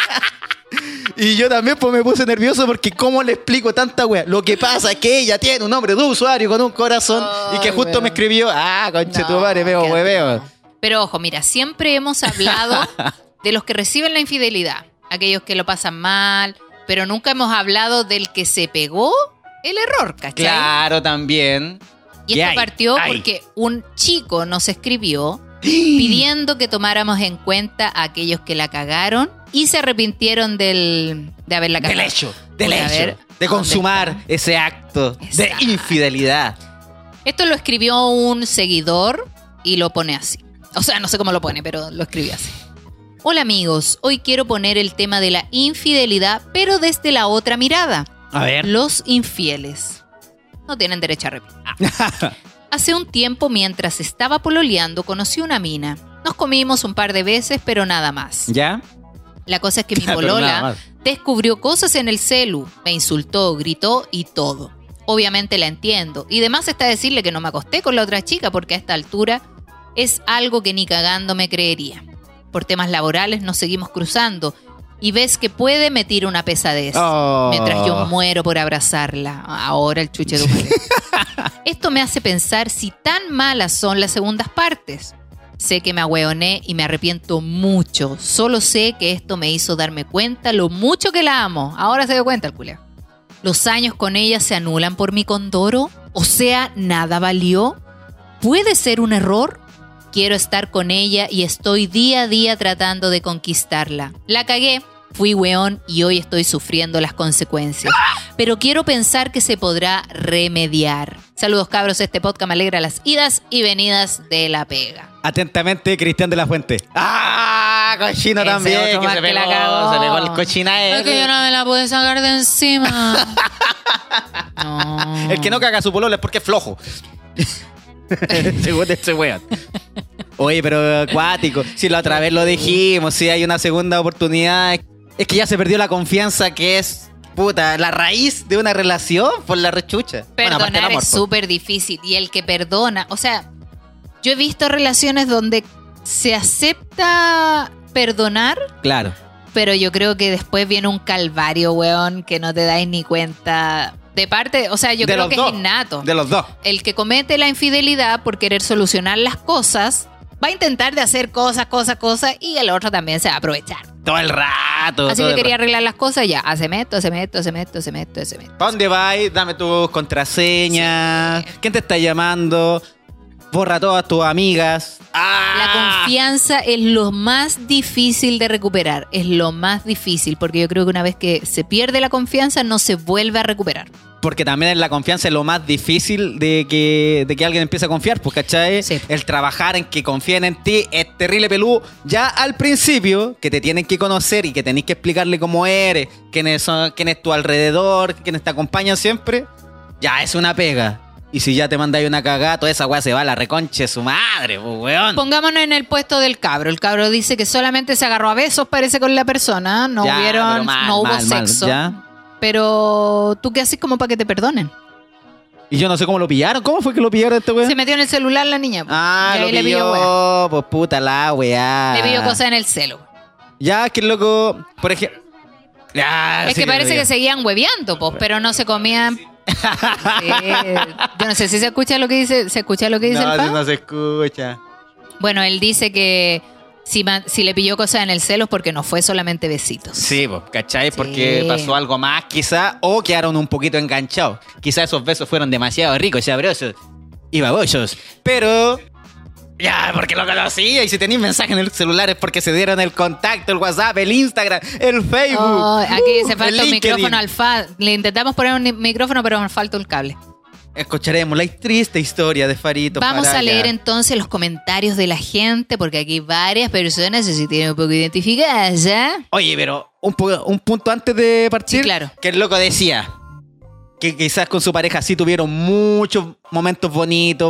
Y yo también pues me puse nervioso porque ¿cómo le explico tanta wea? Lo que pasa es que ella tiene un nombre de usuario con un corazón y que Ay, justo weón. me escribió, conche tu No, madre, veo qué hueveo. antiguo. Pero ojo, mira, siempre hemos hablado de los que reciben la infidelidad, aquellos que lo pasan mal, pero nunca hemos hablado del que se pegó el error, ¿cachai? Claro, también. Y ¿Qué esto hay? partió Hay. porque un chico nos escribió pidiendo que tomáramos en cuenta a aquellos que la cagaron y se arrepintieron de haberla cagado. Del Por haber- hecho, de consumar ¿dónde ese acto de Exacto. infidelidad. Esto lo escribió un seguidor y lo pone así. O sea, no sé cómo lo pone, pero lo escribió así. Hola amigos, hoy quiero poner el tema de la infidelidad, pero desde la otra mirada. A ver. Los infieles no tienen derecho a repetir. Hace un tiempo, mientras estaba pololeando, conocí una mina. Nos comimos un par de veces, pero nada más. ¿Ya? La cosa es que mi Pero nada polola más. descubrió cosas en el celu, me insultó, gritó y todo. Obviamente la entiendo. Y demás está decirle que no me acosté con la otra chica porque a esta altura es algo que ni cagando me creería. Por temas laborales nos seguimos cruzando y ves que puede, me tira una pesadez. Oh. Mientras yo muero por abrazarla. Ahora el chuche de madre. Esto me hace pensar si tan malas son las segundas partes. Sé que me ahueoné y me arrepiento mucho. Solo sé que esto me hizo darme cuenta lo mucho que la amo. Ahora se dio cuenta el culeo. ¿Los años con ella se anulan por mi condoro? O sea, ¿nada valió? ¿Puede ser un error? Quiero estar con ella y estoy día a día tratando de conquistarla. La cagué, fui weón y hoy estoy sufriendo las consecuencias. Pero quiero pensar que se podrá remediar. Saludos cabros, este podcast me alegra las idas y venidas de la pega. Atentamente, Cristian de la Fuente. ¡Ah! Cochino Ese también. otro Que más se que la pegó, cagó. se pegó el cochinaje. Es que yo no me la pude sacar de encima. No. El que no caga a su pololo es porque es flojo. Según este weón. Oye, pero acuático. Si la otra vez lo dijimos, si hay una segunda oportunidad. Es que ya se perdió la confianza que es, puta, la raíz de una relación por la rechucha. Bueno, aparte del Perdonar amor, es po. súper difícil. Y el que perdona, o sea, yo he visto relaciones donde se acepta perdonar, Claro. pero yo creo que después viene un calvario, weón, que no te dais ni cuenta. De parte, o sea, yo De creo los que dos. es innato. De los dos. El que comete la infidelidad por querer solucionar las cosas, va a intentar de hacer cosas, y el otro también se va a aprovechar. Todo el rato. Así todo que el quería rato. arreglar las cosas ya. Haceme esto. ¿Para dónde vas? Dame tus contraseñas. Sí. ¿Quién te está llamando? Borra todas tus amigas. ¡Ah! La confianza es lo más difícil de recuperar. Es lo más difícil, porque yo creo que una vez que se pierde la confianza no se vuelve a recuperar. Porque también la confianza es lo más difícil de que alguien empiece a confiar, pues, ¿cachai? Sí. El trabajar en que confíen en ti es terrible peludo. Ya al principio, que te tienen que conocer y que tenés que explicarle cómo eres, quién es tu alrededor, quiénes te acompañan siempre, ya es una pega. Y si ya te mandáis una cagada, toda esa weá se va a la reconche de su madre, pues, weón. Pongámonos en el puesto del cabro. El cabro dice que solamente se agarró a besos, parece, con la persona. No Ya, hubieron, pero mal, no hubo mal, mal, sexo. ya. Pero tú qué haces como para que te perdonen. Y yo no sé cómo lo pillaron. ¿Cómo fue que lo pillaron este weón? Se metió en el celular la niña. Ah, y lo ahí le pilló weá. pilló. Pues puta la weá. Le pilló cosas en el celu. Ya, que loco, por ejemplo. Ya, Es sí que parece lo que seguían hueveando, pues, pero no se comían. Sí. Yo no sé si se escucha lo que dice. ¿Se escucha lo que dice no, el pa? no se escucha. Bueno, él dice que si le pilló cosas en el celo es porque no fue solamente besitos. Sí, pues, ¿cachai? Sí. Porque pasó algo más, quizá, o quedaron un poquito enganchados. Quizá esos besos fueron demasiado ricos, sabrosos y babosos. Pero, ya, porque lo conocía. Y si tenéis mensaje en el celular es porque se dieron el contacto, el WhatsApp, el Instagram, el Facebook. Oh, aquí se el falta un LinkedIn. micrófono le intentamos poner un micrófono, pero nos falta un cable. Escucharemos la triste historia de Farito. Vamos para a leer allá. entonces los comentarios de la gente, porque aquí varias personas se sintieron un poco identificadas, ¿ya? Oye, pero un punto antes de partir. Sí, claro. Que el loco decía que quizás con su pareja sí tuvieron muchos momentos bonitos.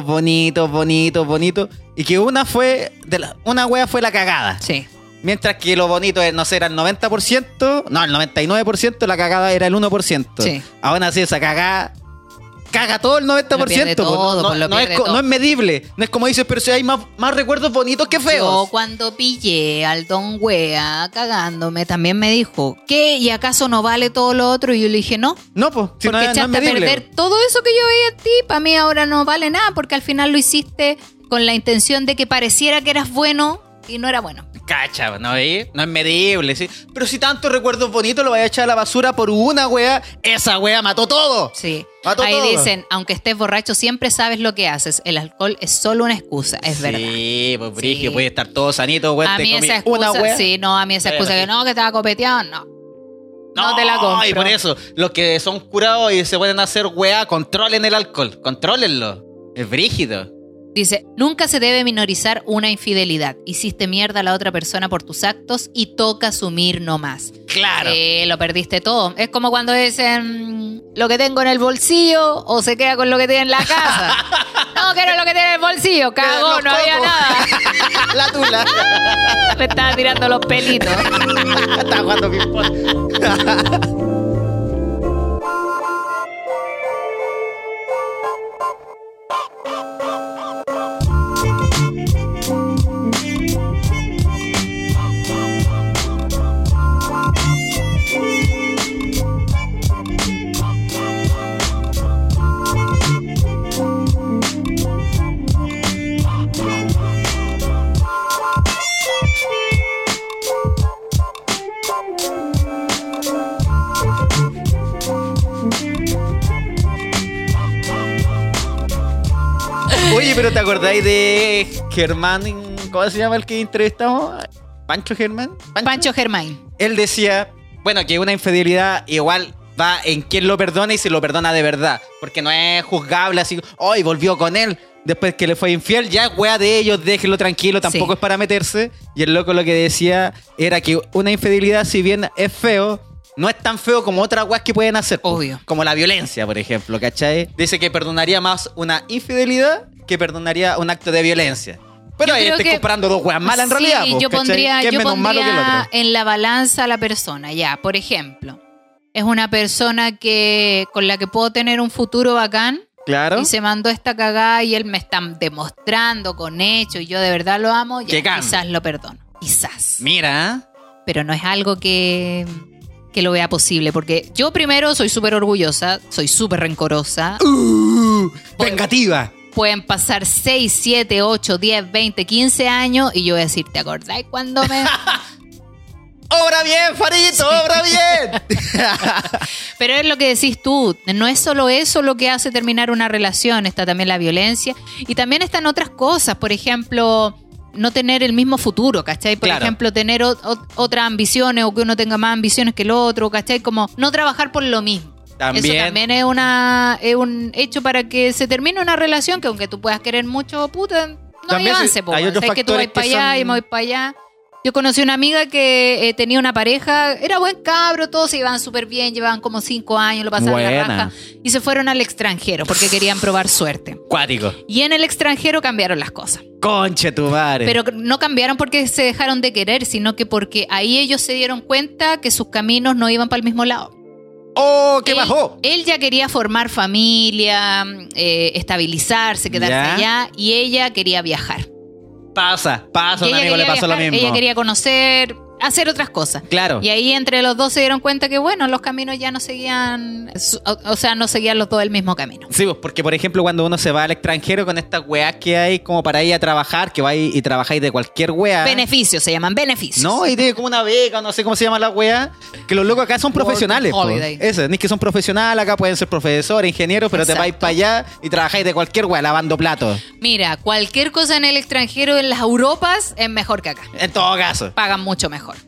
Y que una wea fue la cagada. Sí. Mientras que lo bonito, no sé, era el 90%, no, el 99%, la cagada era el 1%. Sí. Aún así, esa cagada caga todo el 90%. Lo pierde todo, no, pues, lo no pierde es, todo. no es medible. No es como dices, pero si hay más recuerdos bonitos que Yo feos. cuando pillé al don Wea cagándome, también me dijo, ¿qué? ¿Y acaso no vale todo lo otro? Y yo le dije, no. No, pues, si no, Porque no es echaste a medible. perder todo eso que yo veía en ti, para mí ahora no vale nada, porque al final lo hiciste con la intención de que pareciera que eras bueno y no era bueno. Cacha, ¿no veis? No es medible, ¿sí? Pero si tantos recuerdos bonitos lo vaya a echar a la basura por una wea, esa wea mató todo. Sí. Mató Ahí todo. dicen, aunque estés borracho, siempre sabes lo que haces. El alcohol es solo una excusa, es verdad. Sí, pues Brigio, Sí. puede estar todo sanito, wea. A te mí comí esa una excusa, wea. sí, no, a mí esa excusa Sí. que no, que estaba copeteado, no. No te la compro. Y por eso, los que son curados y se pueden hacer weá, controlen el alcohol. Contrólenlo. Es brígido. Dice, nunca se debe minorizar una infidelidad. Hiciste mierda a la otra persona por tus actos y toca asumir nomás. Claro. Lo perdiste todo. Es como cuando dicen, lo que tengo en el bolsillo o se queda con lo que tiene en la casa. No, que era lo que tiene en el bolsillo. Cagó, Los no había cocos. nada. La tula. Me estaba tirando los pelitos. Estaba jugando ping-pong. Oye, pero ¿te acordáis de Germán? ¿Cómo se llama el que entrevistamos? ¿Pancho Germán? Pancho Germain. Él decía, bueno, que una infidelidad igual va en quién lo perdona y si lo perdona de verdad. Porque no es juzgable así, hoy volvió con él después que le fue infiel, ya wea de ellos, déjenlo tranquilo, tampoco Sí. es para meterse. Y el loco lo que decía era que una infidelidad, si bien es feo, no es tan feo como otras weas que pueden hacer. po. Obvio. Como la violencia, por ejemplo, ¿cachai? Dice que perdonaría más una infidelidad que perdonaría un acto de violencia. Pero Yo ahí creo estoy que- comparando dos weas malas en Sí, realidad. po, yo ¿cachai? pondría, Que es yo menos malo que el pondría otro. en la balanza a la persona. Ya, por ejemplo, es una persona con la que puedo tener un futuro bacán. Claro. Y se mandó esta cagada y él me está demostrando con hechos y yo de verdad lo amo, ya, Que cambie. quizás lo perdono. Quizás. Mira. Pero no es algo que lo vea posible. Porque yo primero soy súper orgullosa, soy súper rencorosa. Vengativa. Pueden pasar 6, 7, 8, 10, 20, 15 años y yo voy a decir, ¿te acordáis cuando me...? ¡Obra bien, Farito! ¡Obra bien! Pero es lo que decís tú, no es solo eso lo que hace terminar una relación, está también la violencia y también están otras cosas, por ejemplo, no tener el mismo futuro, ¿cachai? Por Claro. ejemplo, tener otras ambiciones o que uno tenga más ambiciones que el otro, ¿cachai? Como no trabajar por lo mismo. También. Eso también es un hecho para que se termine una relación que aunque tú puedas querer mucho, puta, no hay También avance, po, hay weón. otros Sabes que tú vas factores para que allá son- y me voy para allá. Yo conocí una amiga que tenía una pareja, era buen cabro, todos se iban súper bien, llevaban como 5 años, lo pasaban la Buena. raja y se fueron al extranjero porque querían probar suerte. Cuático. Y en el extranjero cambiaron las cosas. Conche tu madre. Pero no cambiaron porque se dejaron de querer, sino que porque ahí ellos se dieron cuenta que sus caminos no iban para el mismo lado. ¡Oh, qué Él- bajó! Él ya quería formar familia, estabilizarse, quedarse Ya. allá, y ella quería viajar. Pasa, Que a un ella amigo le quería pasó lo viajar, mismo. ella quería conocer, hacer otras cosas. Claro. Y ahí entre los dos se dieron cuenta que, bueno, los caminos ya no seguían, o sea, no seguían los dos el mismo camino. Sí, pues, porque por ejemplo cuando uno se va al extranjero con estas weas que hay como para ir a trabajar, que vais y trabajáis de cualquier wea. Beneficios, se llaman beneficios. No, y tiene como una beca, no sé cómo se llama la wea. Que los locos acá son Working profesionales. po. holiday. Eso, ni que son profesionales, acá pueden ser profesores, ingenieros, pero te Exacto. vais para allá y trabajáis de cualquier wea, lavando platos. Mira, cualquier cosa en el extranjero, en las Europas, es mejor que acá. En todo caso. Pagan mucho mejor.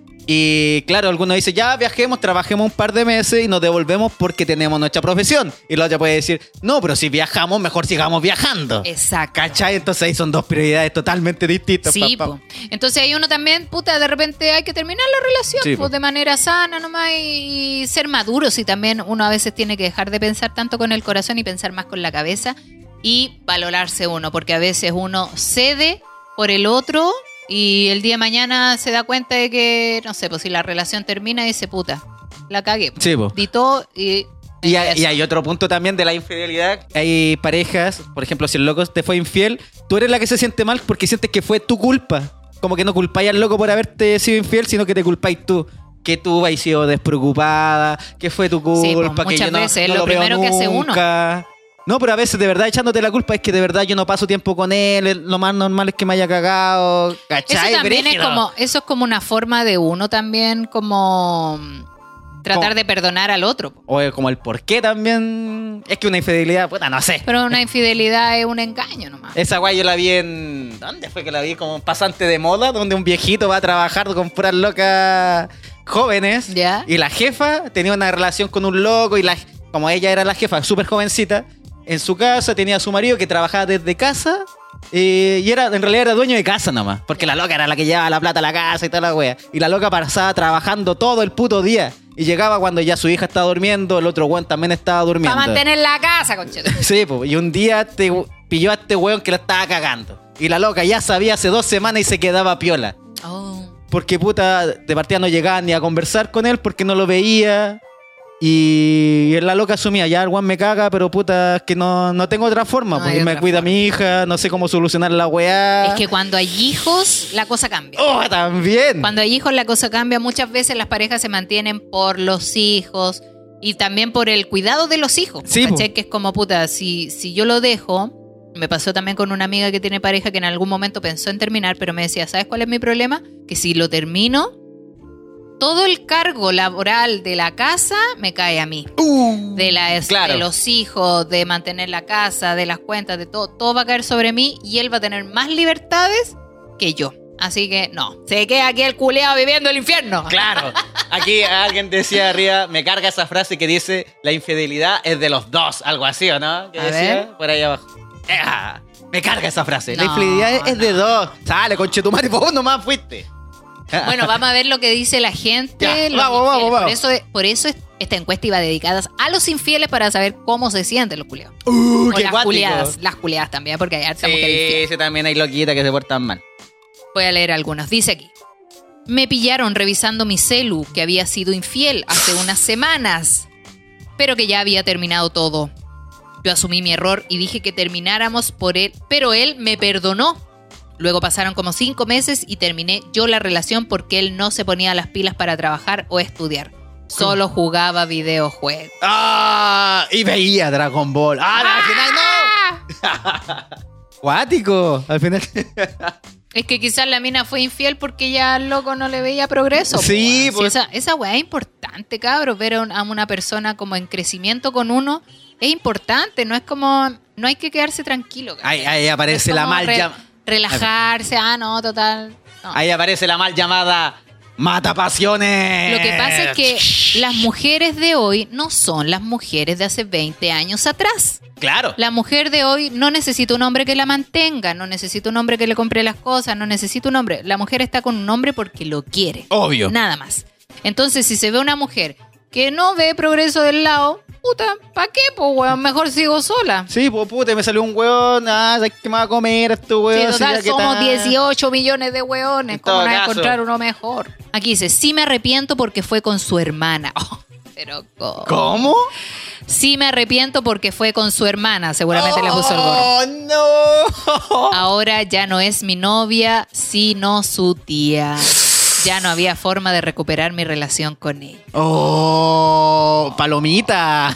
Y claro, algunos dicen, ya viajemos, trabajemos un par de meses y nos devolvemos porque tenemos nuestra profesión. Y la otra puede decir, no, pero si viajamos, mejor sigamos viajando. Exacto. ¿Cachai? Entonces ahí son dos prioridades totalmente distintas. Sí, pa. po. Entonces ahí uno también, puta, de repente hay que terminar la relación Sí, pues, po. de manera sana nomás y ser maduros. Y también uno a veces tiene que dejar de pensar tanto con el corazón y pensar más con la cabeza y valorarse uno, porque a veces uno cede por el otro y el día de mañana se da cuenta de que, no sé, pues si la relación termina y dice, puta, la cagué. Sí, po. Di todo y... Y hay otro punto también de la infidelidad. Hay parejas, por ejemplo, si el loco te fue infiel, tú eres la que se siente mal porque sientes que fue tu culpa. Como que no culpáis al loco por haberte sido infiel, sino que te culpáis tú. Que tú has sido despreocupada, que fue tu Sí, culpa, pues, que yo muchas no, veces es no lo lo veo primero que hace uno. nunca. No, pero a veces de verdad echándote la culpa es que de verdad yo no paso tiempo con él, lo más normal es que me haya cagado, ¿cachai? Eso también es Brígido. eso es como una forma de uno también como tratar ¿Cómo? de perdonar al otro. O como el por qué también. Es que una infidelidad, puta, no sé. Pero una infidelidad es un engaño nomás. Esa guay yo la vi en... ¿Dónde fue que la vi? Como un pasante de moda, donde un viejito va a trabajar con puras locas jóvenes. Ya. Y la jefa tenía una relación con un loco y como ella era la jefa, súper jovencita, en su casa tenía a su marido que trabajaba desde casa y en realidad era dueño de casa nomás. Porque la loca era la que llevaba la plata a la casa y toda la wea. Y la loca pasaba trabajando todo el puto día. Y llegaba cuando ya su hija estaba durmiendo, el otro weón también estaba durmiendo. Para mantener la casa, concheto. Sí, pues, y un día pilló a este weón que la estaba cagando. Y la loca ya sabía hace 2 semanas y se quedaba piola. Oh. Porque puta, de partida no llegaba ni a conversar con él porque no lo veía. Y la loca asumía, ya el weón me caga, pero puta, es que no tengo otra forma. No Porque hay me otra cuida a forma. mi hija, no sé cómo solucionar la weá. Es que cuando hay hijos, la cosa cambia. ¡Oh, también! Cuando hay hijos, la cosa cambia. Muchas veces las parejas se mantienen por los hijos y también por el cuidado de los hijos. Sí, ¿Cachai? Que es como, puta, si yo lo dejo... Me pasó también con una amiga que tiene pareja que en algún momento pensó en terminar, pero me decía, ¿sabes cuál es mi problema? Que si lo termino, todo el cargo laboral de la casa me cae a mí. Claro. De los hijos, de mantener la casa, de las cuentas, de todo va a caer sobre mí y él va a tener más libertades que yo. Así que no, se queda aquí el culeado viviendo el infierno. Claro. Aquí alguien decía arriba, me carga esa frase que dice, la infidelidad es de los dos, algo así, ¿o no? ¿Qué A decía? ver. Por ahí abajo. Me carga esa frase. La No, infidelidad es de no. dos. Sale, conchetumare, vos nomás fuiste. Bueno, vamos a ver lo que dice la gente. Ya, los vamos, infieles. vamos. Por eso esta encuesta iba dedicada a los infieles para saber cómo se sienten los culiados. O qué las cuático. culiadas. Las culiadas también, porque hay harta mujer infiel. Sí, sí, también hay loquitas que se portan mal. Voy a leer algunos. Dice aquí. Me pillaron revisando mi celu, que había sido infiel hace unas semanas, pero que ya había terminado todo. Yo asumí mi error y dije que termináramos por él, pero él me perdonó. Luego pasaron como 5 meses y terminé yo la relación porque él no se ponía las pilas para trabajar o estudiar. Solo jugaba videojuegos. ¡Ah! Y veía Dragon Ball. ¡Ah, al final no! Cuático. Al final. Es que quizás la mina fue infiel porque ya al loco no le veía progreso. Sí, po, pues. sí, esa weá es importante, cabros. Ver a una persona como en crecimiento con uno es importante. No es como... No hay que quedarse tranquilo. ¿cachai? Ahí aparece Es la como mal relajarse. No, total. No. Ahí aparece la mal llamada Mata Pasiones. Lo que pasa es que las mujeres de hoy no son las mujeres de hace 20 años atrás. Claro. La mujer de hoy no necesita un hombre que la mantenga, no necesita un hombre que le compre las cosas, no necesita un hombre. La mujer está con un hombre porque lo quiere. Obvio. Nada más. Entonces, si se ve una mujer que no ve progreso del lado, puta, ¿para qué, po, weón? Mejor sigo sola. Sí, pues puta, me salió un hueón. ¿Sabes qué me va a comer este Sí, hueón? total, ya que somos tal. 18 millones de hueones. En ¿Cómo todo no vas a caso. encontrar uno mejor? Aquí dice, sí me arrepiento porque fue con su hermana. Oh, pero ¿cómo? ¿Cómo? Sí me arrepiento porque fue con su hermana. Seguramente le puso el gorro. ¡Oh, no! Ahora ya no es mi novia, sino su tía. Ya no había forma de recuperar mi relación con ella. ¡Oh! ¡Palomita!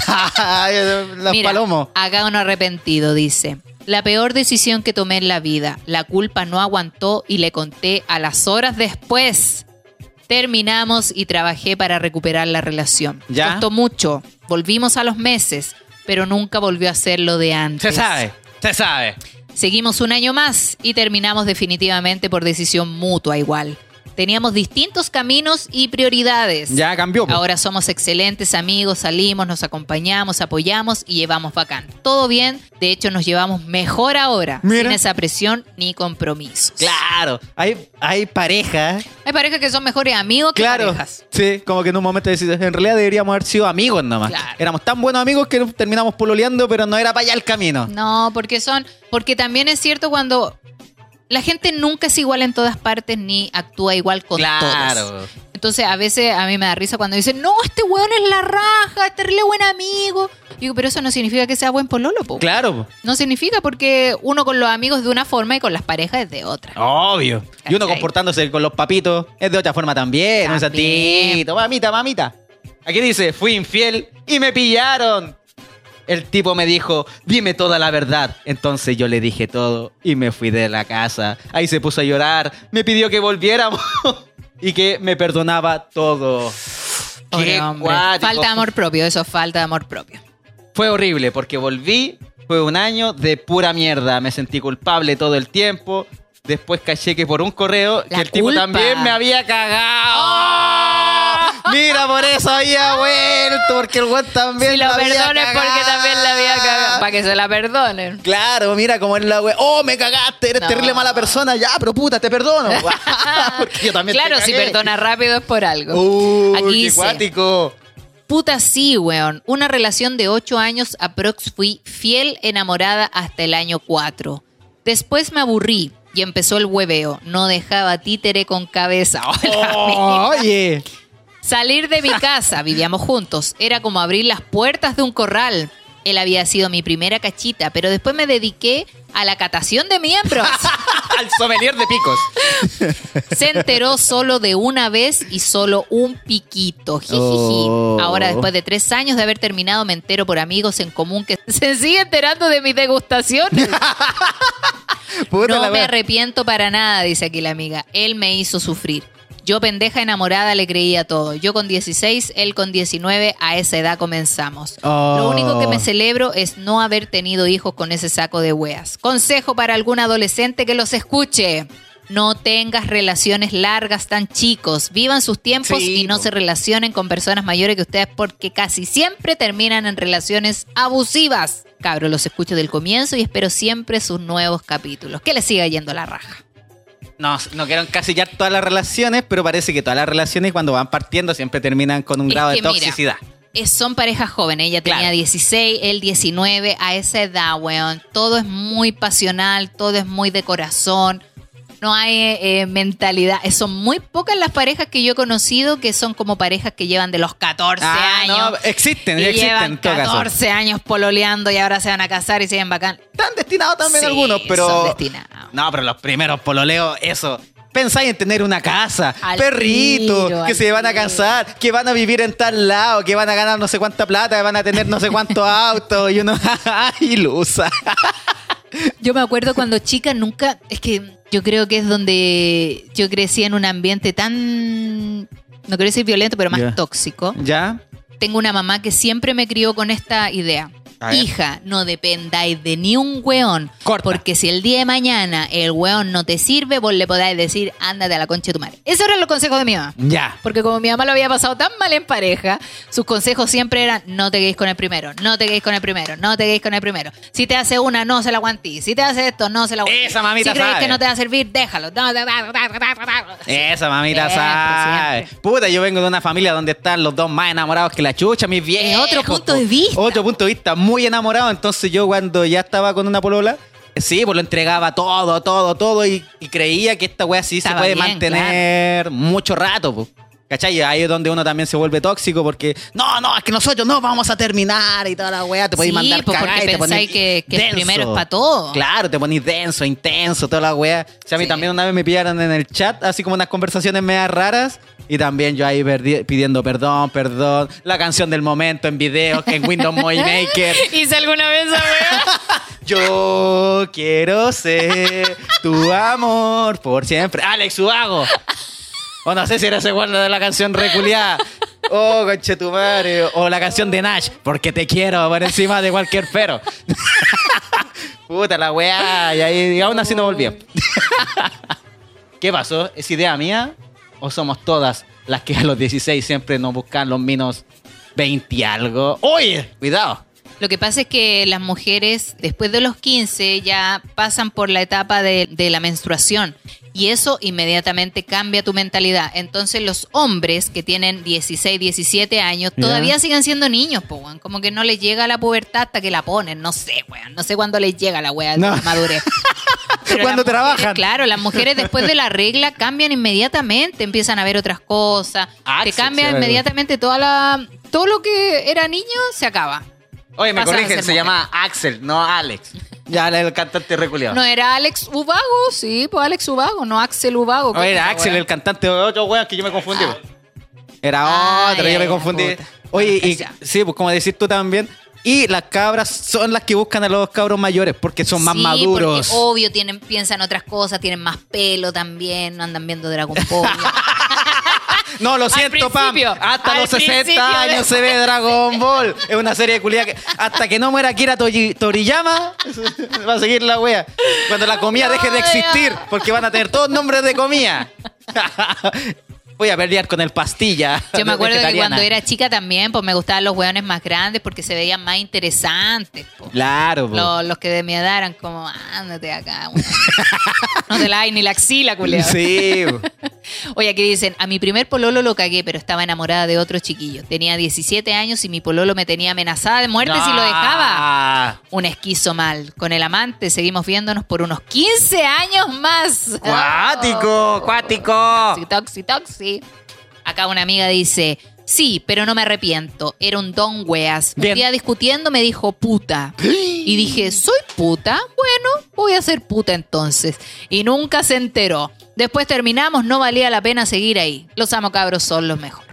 Los Mira, palomos. acá uno arrepentido dice: la peor decisión que tomé en la vida. La culpa no aguantó y le conté a las horas después. Terminamos y trabajé para recuperar la relación. ¿Ya? Costó mucho. Volvimos a los meses, pero nunca volvió a ser lo de antes. Se sabe. Seguimos un año más y terminamos definitivamente por decisión mutua igual. Teníamos distintos caminos y prioridades. Ya cambió. po. Ahora somos excelentes amigos, salimos, nos acompañamos, apoyamos y llevamos bacán. Todo bien, de hecho nos llevamos mejor ahora, Mira. sin esa presión ni compromisos. Claro. Hay parejas. Hay parejas que son mejores amigos que Claro. parejas. Sí, como que en un momento decís, en realidad deberíamos haber sido amigos nomás. Claro. Éramos tan buenos amigos que terminamos pololeando, pero no era para allá el camino. No, porque también es cierto cuando la gente nunca es igual en todas partes ni actúa igual con todos. Entonces, a veces a mí me da risa cuando dicen, no, este weón es la raja, este re buen amigo. Digo, pero eso no significa que sea buen pololo, po. Claro. No significa porque uno con los amigos es de una forma y con las parejas es de otra. Obvio. Y uno ¿Cachai? comportándose con los papitos es de otra forma también. Un También. santito. Mamita. Aquí dice, fui infiel y me pillaron. El tipo me dijo, dime toda la verdad. Entonces yo le dije todo y me fui de la casa. Ahí se puso a llorar, me pidió que volviéramos y que me perdonaba todo. Pobre hombre. Falta de amor propio, eso es falta de amor propio. Fue horrible porque volví, fue un año de pura mierda. Me sentí culpable todo el tiempo. Después caché que por un correo La que el tipo culpa. también me había cagado. Mira, por eso había vuelto, porque el weón también Si lo la había perdones porque cagado. también la había cagado. Para que se la perdonen. Claro, mira cómo es la wea. Oh, me cagaste, eres No. terrible mala persona. Ya, pero puta, te perdono. Porque yo también Claro, te si cagué. perdona rápido es por algo. Aquí Qué dice, cuático. puta sí, weón. Una relación de 8 años aprox fui fiel enamorada hasta el año 4. Después me aburrí y empezó el hueveo. No dejaba títere con cabeza. Hola, Oh, oye. Salir de mi casa, vivíamos juntos, era como abrir las puertas de un corral. Él había sido mi primera cachita, pero después me dediqué a la catación de miembros. Al sommelier de picos. Se enteró solo de una vez y solo un piquito. Jijiji. Oh. Ahora, después de 3 años de haber terminado, me entero por amigos en común que se sigue enterando de mis degustaciones. Puta No la me wea. arrepiento para nada, dice aquí la amiga. Él me hizo sufrir. Yo, pendeja enamorada, le creía todo. Yo con 16, él con 19, a esa edad comenzamos. Oh. Lo único que me celebro es no haber tenido hijos con ese saco de weas. Consejo para algún adolescente que los escuche. No tengas relaciones largas tan chicos. Vivan sus tiempos Sí, y no po. se relacionen con personas mayores que ustedes porque casi siempre terminan en relaciones abusivas. Cabro, los escucho del comienzo y espero siempre sus nuevos capítulos. Que les siga yendo la raja. No quiero encasillar todas las relaciones, pero parece que todas las relaciones cuando van partiendo siempre terminan con un Es grado de que mira, toxicidad. Son parejas jóvenes. Ella tenía Claro. 16, él 19. A esa edad, weón, todo es muy pasional, todo es muy de corazón. No hay mentalidad. Son muy pocas las parejas que yo he conocido que son como parejas que llevan de los 14 años. No, existen, Y existen llevan en todo caso. 14 años pololeando y ahora se van a casar y siguen bacán. Están destinados también Sí, algunos, pero. son destinados. No, pero los primeros pololeos, eso. Pensáis en tener una casa, Al perritos, tiro, que al se van a tiro. casar, que van a vivir en tal lado, que van a ganar no sé cuánta plata, que van a tener no sé cuántos autos, y uno, ilusa. Yo me acuerdo cuando chica nunca, es que yo creo que es donde yo crecí en un ambiente tan, no quiero decir violento, pero más Ya. tóxico. ¿Ya? Tengo una mamá que siempre me crió con esta idea. A ver. Hija, no dependáis de ni un weón. Corta. Porque si el día de mañana el weón no te sirve, vos le podáis decir, ándate a la concha de tu madre. Esos eran los consejos de mi mamá. Ya. Porque como mi mamá lo había pasado tan mal en pareja, sus consejos siempre eran, no te quedes con el primero, no te quedes con el primero, no te quedes con el primero. Si te hace una, no se la aguantís. Si te hace esto, no se la aguantís. Esa mamita Si crees sabe. que no te va a servir, déjalo. Esa mamita Siempre, sabe. siempre. Puta, yo vengo de una familia donde están los dos más enamorados que la chucha, mis viejos. Es otro punto po. de vista. Otro punto de vista, muy enamorado. Entonces yo cuando ya estaba con una polola, sí, pues lo entregaba todo y creía que esta wea sí Estaba se puede bien, mantener mucho rato, pues. ¿Cachai? Ahí es donde uno también se vuelve tóxico porque no, es que nosotros no vamos a terminar y toda la weá, te podéis Sí, mandar pues, cagar porque y te pensáis ponís que el denso. primero es pa' todo. Claro, te ponís denso, intenso, toda la weá. O sea, a mí Sí. también una vez me pillaron en el chat, así como unas conversaciones medias raras. Y también yo ahí pidiendo perdón, la canción del momento en video, en Windows Movie Maker. ¿Hice alguna vez esa wea? Yo quiero ser tu amor por siempre. Alex Ubago. O no sé si era ese guarda de la canción reculiada. Oh, conchetumare. O la canción de Nash. Porque te quiero por encima de cualquier pero. Puta la weá. Y aún así no volvió. ¿Qué pasó? ¿Es idea mía? ¿O somos todas las que a los 16 siempre nos buscan los minos 20 y algo? ¡Oye! Cuidado. Lo que pasa es que las mujeres después de los 15 ya pasan por la etapa de la menstruación y eso inmediatamente cambia tu mentalidad. Entonces los hombres que tienen 16, 17 años Ya. todavía siguen siendo niños, po, weón. Como que no les llega la pubertad hasta que la ponen. No sé, weón. No sé cuándo les llega la weá de No. la madurez. Pero Cuando las mujeres, trabajan. Claro, las mujeres después de la regla cambian inmediatamente, empiezan a ver otras cosas. Axel, te cambia sí, inmediatamente todo lo que era niño se acaba. Oye, me Pasa a corrigen, ser se mujer. llama Axel, no Alex. Ya, el cantante reculeado. No era Alex Ubago, sí, pues Alex Ubago, no Axel Ubago. Oye, era Axel, el cantante de otro weón que yo me confundí. Era otro, ya, yo me ya, confundí. puta. Oye, y Ya. sí, pues como decís tú también, Y las cabras son las que buscan a los cabros mayores porque son más Sí, maduros. porque obvio piensan otras cosas, tienen más pelo también, no andan viendo Dragon Ball. No, lo siento, Pam. principio, Hasta al los 60 principio de- años se ve Dragon Ball. Es una serie de culiada que hasta que no muera Akira Toriyama va a seguir la wea. Cuando la comida deje de existir, porque van a tener todos nombres de comida. Voy a pelear con el pastilla. Yo me acuerdo que vegetariana. cuando era chica también, pues me gustaban los hueones más grandes porque se veían más interesantes. Po. Claro, po. Los que de mi edad eran como, ándate acá. Weón. No te la hay ni la axila, culiao. Sí. po. Oye, aquí dicen, a mi primer pololo lo cagué, pero estaba enamorada de otro chiquillo. Tenía 17 años y mi pololo me tenía amenazada de muerte si lo dejaba. Ah, Un esquizo mal. Con el amante seguimos viéndonos por unos 15 años más. Cuático, cuático. Toxi. Acá una amiga dice, sí, pero no me arrepiento. Era un don weas. Bien. Un día discutiendo me dijo puta. Y dije, ¿soy puta? Bueno, voy a ser puta entonces. Y nunca se enteró. Después terminamos, no valía la pena seguir ahí. Los amo cabros son los mejores.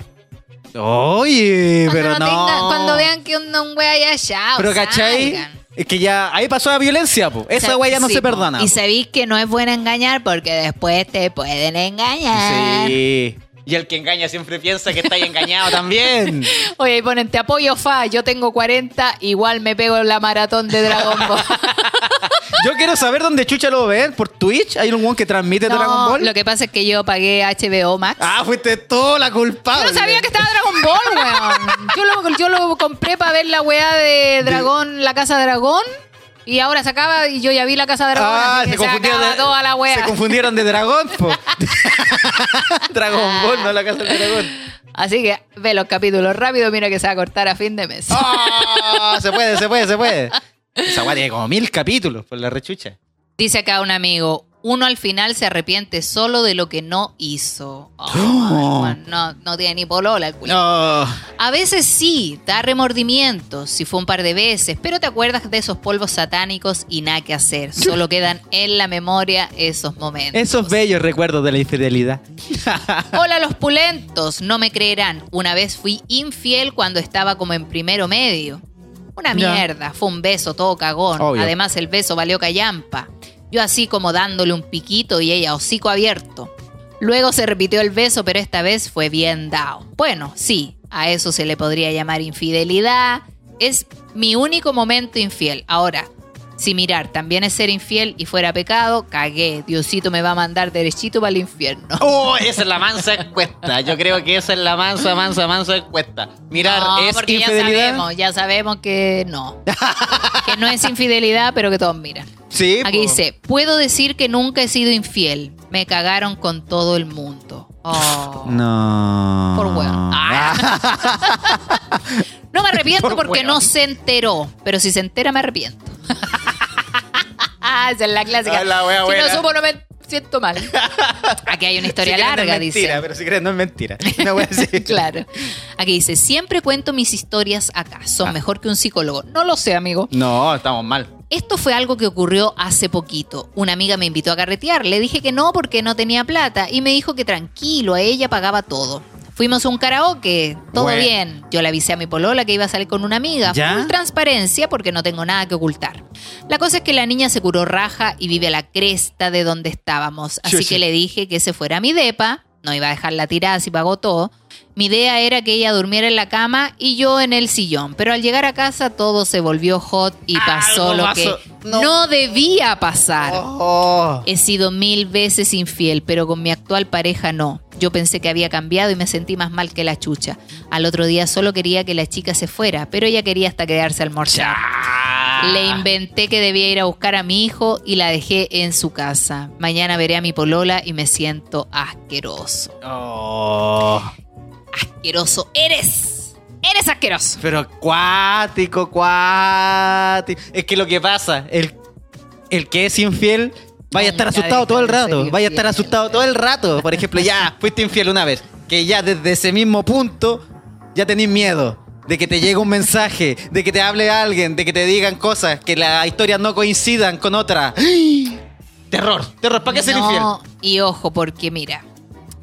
Oye, pero no. Cuando vean que un wea ya chao. Pero ¿cachai? salgan. Es que ya ahí pasó la violencia, po. Esa wea ya no Sí, se po. perdona. Y po. sabéis que no es bueno engañar porque después te pueden engañar. Sí. Y el que engaña siempre piensa que está ahí engañado también. Oye, y ponen, te apoyo, Fa, yo tengo 40, igual me pego en la maratón de Dragon Ball. Yo quiero saber dónde chucha lo ven. ¿Por Twitch? ¿Hay un weón que transmite Dragon No, Ball? lo que pasa es que yo pagué HBO Max. Ah, fuiste tú la culpable. Yo no sabía que estaba Dragon Ball, weón. Yo lo compré para ver la weá de Dragón, la Casa Dragón. Y ahora se acaba y yo ya vi la Casa Dragón. Ah, así que se acaba toda la se weá. confundieron de dragón, po. Dragon Ball, no la casa del dragón. Así que ve los capítulos rápido, mira que se va a cortar a fin de mes. ¡Ah! Se puede. Esa weá tiene como 1000 capítulos por la rechucha. Dice acá un amigo, uno al final se arrepiente solo de lo que no hizo. Oh, bueno, no tiene ni polola el culo. No. A veces sí, da remordimientos, si fue un par de veces, pero te acuerdas de esos polvos satánicos y nada que hacer. Solo quedan en la memoria esos momentos. Esos bellos recuerdos de la infidelidad. Hola los pulentos, no me creerán. Una vez fui infiel cuando estaba como en primero medio. Una Ya. mierda, fue un beso todo cagón. Obvio. Además el beso valió callampa. Yo así como dándole un piquito y ella hocico abierto. Luego se repitió el beso, pero esta vez fue bien dado. Bueno, sí, a eso se le podría llamar infidelidad. Es mi único momento infiel. Ahora, si mirar también es ser infiel y fuera pecado, cagué. Diosito me va a mandar derechito para el infierno. Oh, esa es la mansa encuesta. Yo creo que esa es la mansa encuesta. Mirar, No, ¿es porque infidelidad? ya sabemos que no. Que no es infidelidad, pero que todos miran. Sí, Aquí po. dice, puedo decir que nunca he sido infiel. Me cagaron con todo el mundo. Oh. No. Por hueón. No me arrepiento Por porque hueón. no se enteró. Pero si se entera, me arrepiento. Esa es la clásica. Ah, la wea Si buena. no supo, no me siento mal. Aquí hay una historia Si quieren larga, no es mentira, dice. pero si crees no es mentira. Una wea así. Claro. Aquí dice, siempre cuento mis historias acá. Son mejor que un psicólogo. No lo sé, amigo. No, estamos mal. Esto fue algo que ocurrió hace poquito. Una amiga me invitó a carretear. Le dije que no porque no tenía plata y me dijo que tranquilo, a ella pagaba todo. Fuimos a un karaoke, todo Bueno. bien. Yo le avisé a mi polola que iba a salir con una amiga. ¿Ya? Full transparencia porque no tengo nada que ocultar. La cosa es que la niña se curó raja y vive a la cresta de donde estábamos. Así Chucha. que le dije que se fuera a mi depa. No iba a dejarla tirada si pagó todo. Mi idea era que ella durmiera en la cama y yo en el sillón. Pero al llegar a casa todo se volvió hot y pasó Algo lo pasó. que No. no debía pasar. Oh. He sido 1000 veces infiel, pero con mi actual pareja no. Yo pensé que había cambiado y me sentí más mal que la chucha. Al otro día solo quería que la chica se fuera, pero ella quería hasta quedarse a almorzar. Le inventé que debía ir a buscar a mi hijo y la dejé en su casa. Mañana veré a mi polola y me siento asqueroso. Oh. Asqueroso eres. Eres asqueroso. Pero cuático. Es que lo que pasa, el que es infiel vaya a estar Nunca asustado deja todo el de ser rato. Vaya a estar infiel. asustado todo el rato. Por ejemplo, ya fuiste infiel una vez. Que ya desde ese mismo punto ya tenés miedo de que te llegue un mensaje, de que te hable alguien, de que te digan cosas, que las historias no coincidan con otras. Terror. ¿Para qué ser infiel? No, y ojo, porque mira,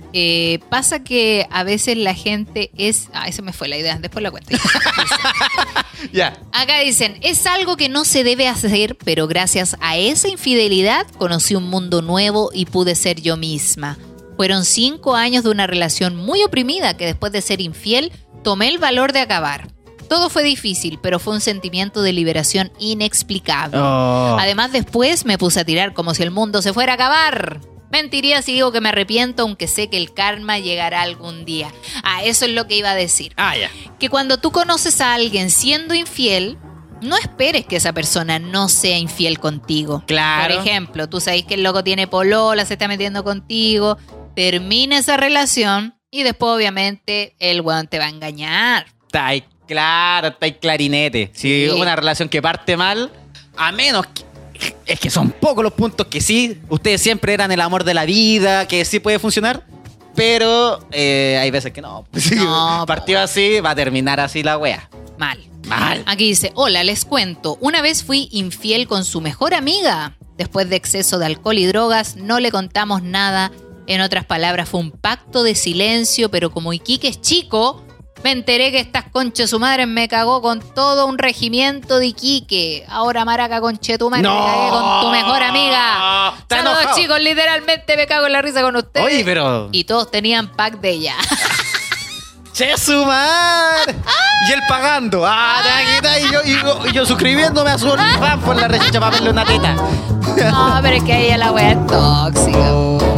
Pasa que a veces la gente es... esa me fue la idea, después la cuento. Ya. Acá dicen, es algo que no se debe hacer, pero gracias a esa infidelidad conocí un mundo nuevo y pude ser yo misma. Fueron 5 años de una relación muy oprimida que después de ser infiel tomé el valor de acabar. Todo fue difícil, pero fue un sentimiento de liberación inexplicable. Oh. Además, después me puse a tirar como si el mundo se fuera a acabar. Mentiría si digo que me arrepiento, aunque sé que el karma llegará algún día. Eso es lo que iba a decir. Ya. Que cuando tú conoces a alguien siendo infiel, no esperes que esa persona no sea infiel contigo. Claro. Por ejemplo, tú sabes que el loco tiene polola, se está metiendo contigo, termina esa relación y después obviamente el weón te va a engañar. Está ahí, claro, está ahí clarinete. Si Sí. una relación que parte mal, a menos que... Es que son pocos los puntos que sí, ustedes siempre eran el amor de la vida, que sí puede funcionar, pero hay veces que no. Sí, No, partió así, va a terminar así la wea. Mal. Mal. Aquí dice, hola, les cuento. Una vez fui infiel con su mejor amiga. Después de exceso de alcohol y drogas, no le contamos nada. En otras palabras, fue un pacto de silencio, pero como Iquique es chico, me enteré que estas conchas su madre me cagó con todo un regimiento de Iquique. Ahora maraca conchetumare, No. me cagué con tu mejor amiga. Está Saludos, enojado. chicos, literalmente me cago en la risa con ustedes. Oye, pero... Y todos tenían pack de ella. ¡Che su madre! Y él pagando. Y yo suscribiéndome a su OnlyFans por la rechicha para verle una teta. No, pero es que ahí la wea es tóxica.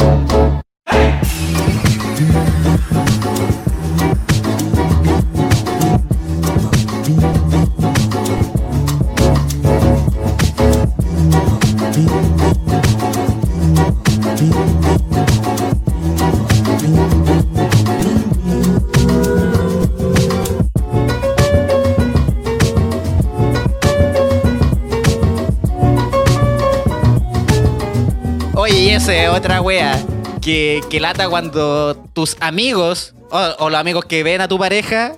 Oye, y esa es otra wea que lata cuando tus amigos o los amigos que ven a tu pareja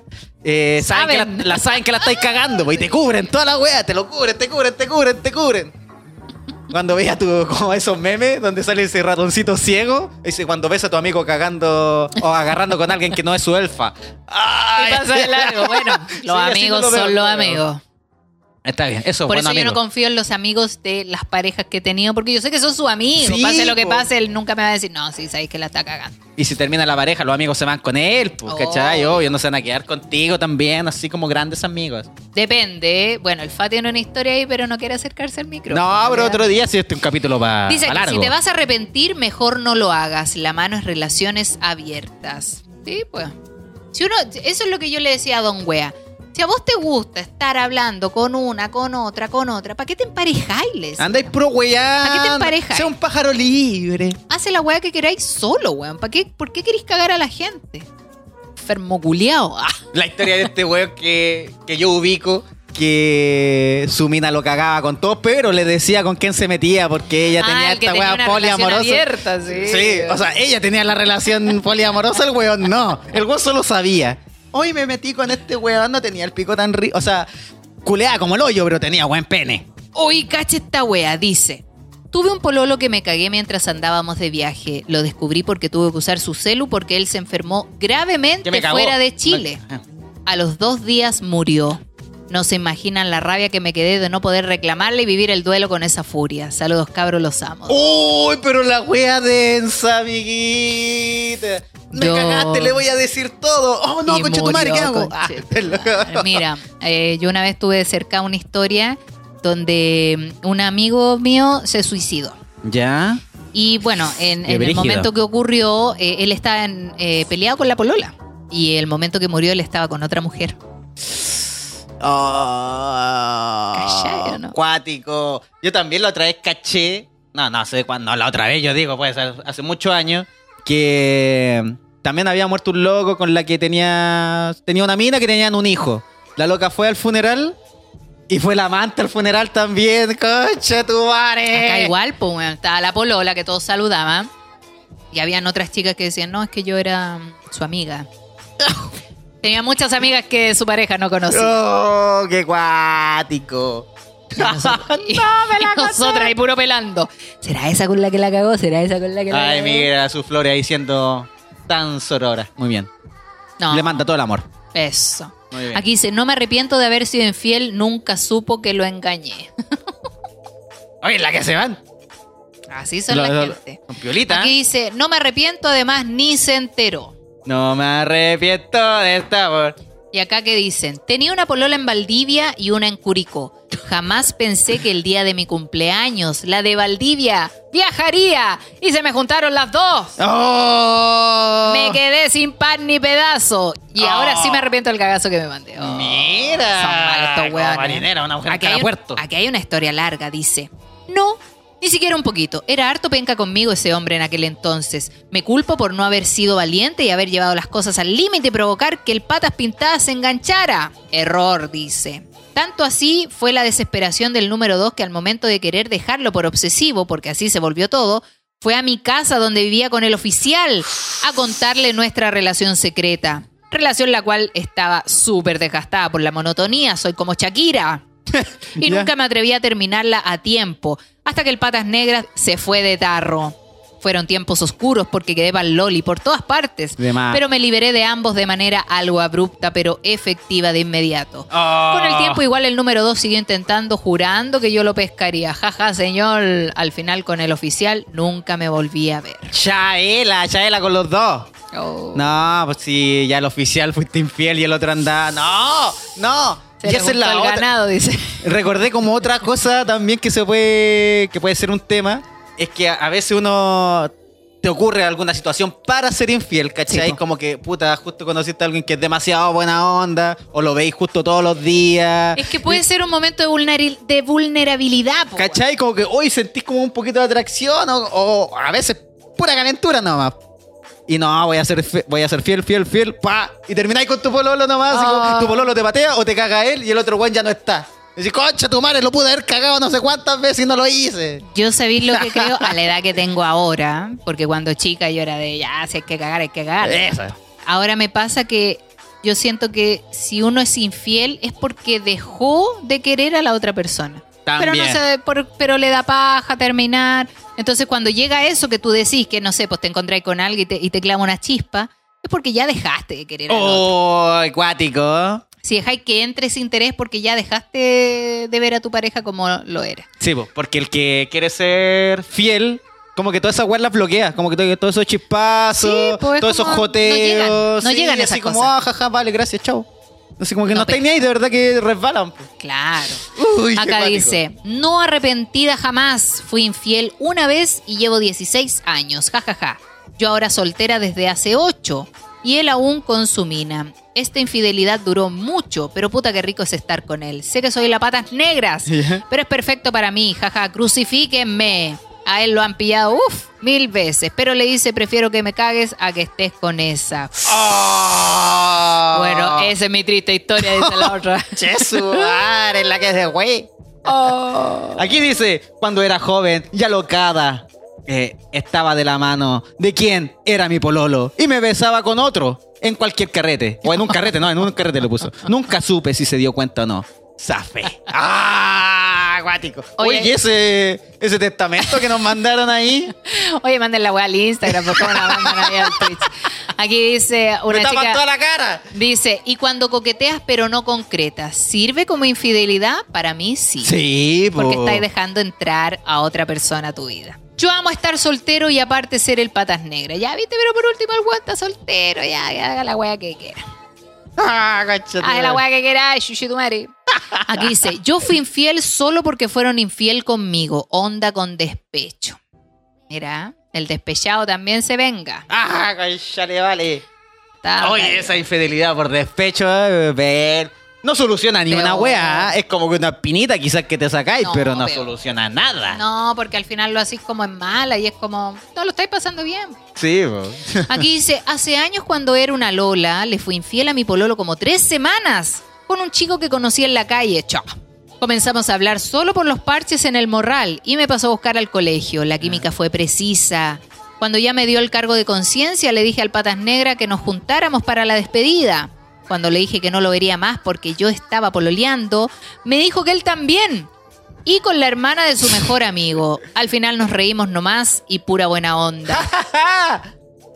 saben que la estáis cagando, po, y te cubren toda la wea, te lo cubren, te cubren. Cuando veas como esos memes donde sale ese ratoncito ciego, dice cuando ves a tu amigo cagando o agarrando con alguien que no es su elfa. Y pasa de largo. Bueno, los Sí, amigos así no lo son veo, los pero- amigos. Está bien, eso, Por bueno, eso yo amigo. no confío en los amigos de las parejas que he tenido, porque yo sé que son sus amigos. Sí, pase lo que po. pase, él nunca me va a decir, no, sí, sabéis que la está cagando. Y si termina la pareja, los amigos se van con él, pues, ¿cachai? Oh. Obvio, no se van a quedar contigo también, así como grandes amigos. Depende. Bueno, el Fa tiene una historia ahí, pero no quiere acercarse al micro. No, pero otro día si este es un capítulo para Dice que largo. si te vas a arrepentir, mejor no lo hagas. La mano es relaciones abiertas. Sí, pues. Si uno, eso es lo que yo le decía a Don Wea. Si a vos te gusta estar hablando con una, con otra, ¿para qué te emparejáis? Andáis puro weyando. ¿A qué te emparejas? Sea un pájaro libre. Hace la weá que queráis solo, weón. ¿Por qué queréis cagar a la gente? Enfermo culiao. La historia de este weón que yo ubico, que su mina lo cagaba con todo, pero le decía con quién se metía, porque ella tenía el que esta tenía weá una poliamorosa. relación abierta, sí. Sí, o sea, ella tenía la relación poliamorosa, el weón no. El weón solo sabía. Hoy me metí con este weón, no tenía el pico tan rico. O sea, culeaba como el hoyo, pero tenía buen pene. Uy, cacha esta wea, dice. Tuve un pololo que me cagué mientras andábamos de viaje. Lo descubrí porque tuve que usar su celu porque él se enfermó Que gravemente me cagó. fuera de Chile. No. A los 2 días murió. No se imaginan la rabia que me quedé de no poder reclamarle y vivir el duelo con esa furia. Saludos, cabros, los amo. Uy, pero la wea densa, amiguita. Me Yo- cagaste, le voy a decir todo. Oh, no, Y concha tu madre, ¿qué murió, hago? concha tu madre. Mira, yo una vez tuve cerca una historia donde un amigo mío se suicidó. ¿Ya? Y bueno, en el brígido. momento que ocurrió, él estaba peleado con la polola. Y el momento que murió, él estaba con otra mujer. ¿Cachai o no? Cuático. Yo también la otra vez caché. No sé cuándo. No, la otra vez yo digo, pues hace muchos años. Que también había muerto un loco con la que tenía una mina que tenían un hijo. La loca fue al funeral. Y fue la amante al funeral también. Concha tu madre. Acá igual, pues, bueno, estaba la polola que todos saludaban. Y habían otras chicas que decían, no, es que yo era su amiga. Tenía muchas amigas que su pareja no conocía. Oh, qué cuático. Y nosotras ahí puro pelando. ¿Será esa con la que la cagó? ¿Será esa con la que la Ay, cagó? mira, su Flores ahí siendo tan sorora. Muy bien. No. Le manda todo el amor. Eso. Muy bien. Aquí dice, no me arrepiento de haber sido infiel, nunca supo que lo engañé. Oye, la que se van. Así son la gente. Con piolita. Aquí dice, no me arrepiento, además ni se enteró. No me arrepiento de esta amor. Y acá que dicen, tenía una polola en Valdivia y una en Curicó. Jamás pensé que el día de mi cumpleaños, la de Valdivia, viajaría y se me juntaron las dos. ¡Oh! Me quedé sin pan ni pedazo. Y ahora sí me arrepiento del cagazo que me mandé. Oh, Mira. son malos estos Como hueones. marinera, una mujer Aquí hay, puerto. aquí hay una historia larga, dice. No, ni siquiera un poquito. Era harto penca conmigo ese hombre en aquel entonces. Me culpo por no haber sido valiente y haber llevado las cosas al límite y provocar que el patas pintadas se enganchara. Error, dice. Tanto así fue la desesperación del número 2 que al momento de querer dejarlo por obsesivo, porque así se volvió todo, fue a mi casa donde vivía con el oficial a contarle nuestra relación secreta. Relación la cual estaba súper desgastada por la monotonía, soy como Shakira. Y Ya. nunca me atreví a terminarla a tiempo, hasta que el Patas Negras se fue de tarro. Fueron tiempos oscuros porque quedé pa'l loli por todas partes, De más. pero me liberé de ambos de manera algo abrupta, pero efectiva de inmediato. Oh. Con el tiempo igual el número 2 siguió intentando, jurando que yo lo pescaría. Jaja, señor, al final con el oficial nunca me volví a ver. Chaela con los dos. Oh. No, pues si ya el oficial fuiste infiel y el otro andaba. No. Se Y le esa es gustó la el otra. ganado, dice. Recordé como otra cosa también que puede ser un tema, es que a veces uno te ocurre alguna situación para ser infiel, ¿cachai? Sí, po. Como que, puta, justo conociste a alguien que es demasiado buena onda, o lo veis justo todos los días. Es que puede ser un momento de vulnerabilidad, po. ¿Cachai? Como que hoy sentís como un poquito de atracción, o a veces pura calentura nomás. Y no, voy a ser fiel, pa. Y termináis con tu pololo nomás. Así como, tu pololo te patea o te caga él y el otro güey ya no está. Y decís, concha, tu madre, lo pude haber cagado no sé cuántas veces y no lo hice. Yo sabéis lo que creo a la edad que tengo ahora, porque cuando chica yo era de ya, si hay que cagar, hay que cagar. Eso. Ahora me pasa que yo siento que si uno es infiel es porque dejó de querer a la otra persona. También. Pero no sé, pero le da paja terminar. Entonces cuando llega eso que tú decís, que no sé, pues te encontráis con alguien y te clava una chispa, es porque ya dejaste de querer al otro. Oh, acuático. Si dejáis que entre ese interés porque ya dejaste de ver a tu pareja como lo era. Sí, po, porque el que quiere ser fiel, como que toda esa weá la bloquea. Como que todos esos chispazos, Sí, pues, todos esos como joteos. no llegan sí, esas así como, cosas. jaja, vale, gracias, chao. Así como que no, No estáis pesca. ni ahí, de verdad que resbalan. Po. Claro. Uy, qué Acá cuático. dice, no arrepentida jamás, fui infiel una vez y llevo 16 años, jajaja. Yo ahora soltera desde hace 8 y él aún con su mina. Esta infidelidad duró mucho, pero puta que rico es estar con él. Sé que soy la patas negras, Ya. pero es perfecto para mí, jaja, crucifíquenme. A él lo han pillado, 1000 veces, pero le dice, prefiero que me cagues a que estés con esa. Oh. Bueno, esa es mi triste historia, dice la otra. Che, su madre, la que es de güey. Aquí dice, cuando era joven y alocada, estaba de la mano de quien era mi pololo y me besaba con otro en cualquier carrete. O en un carrete, no, en un carrete lo puso. Nunca supe si se dio cuenta o no. Zafé. ¡Ah! Acuático. Oye. Oye, ¿y ese testamento que nos mandaron ahí? Oye, manden la weá al Instagram, porque la mandan ahí al Twitch. Aquí dice ¡Me una tapan chica, toda la cara! dice, y cuando coqueteas pero no concretas, ¿sirve como infidelidad? Para mí sí. Sí, po. Porque estáis dejando entrar a otra persona a tu vida. Yo amo estar soltero y aparte ser el patas negras. Ya viste, pero por último el weón está soltero, ya haga la weá que quiera. ¡Ah, concha tu Haga la madre! weá que quiera, ay, chuchi tu madre. Aquí dice, yo fui infiel solo porque fueron infiel conmigo. Onda con despecho. Mira, el despechado también se venga. ¡Ah, concha, le vale! Está Oye, caído. esa infidelidad por despecho, ver, no soluciona ni Pero- una weá. Es como que una espinita quizás que te sacáis, No, pero no pero- soluciona nada. No, porque al final lo hacís como en mala y es como, no lo estáis pasando bien. Sí, po. Aquí dice, hace años cuando era una Lola, le fui infiel a mi pololo como 3 semanas con un chico que conocí en la calle. Chao. Comenzamos a hablar solo por los parches en el morral y me pasó a buscar al colegio. La química fue precisa. Cuando ya me dio el cargo de conciencia, le dije al Patas Negra que nos juntáramos para la despedida. Cuando le dije que no lo vería más porque yo estaba pololeando, me dijo que él también. Y con la hermana de su mejor amigo. Al final nos reímos nomás y pura buena onda.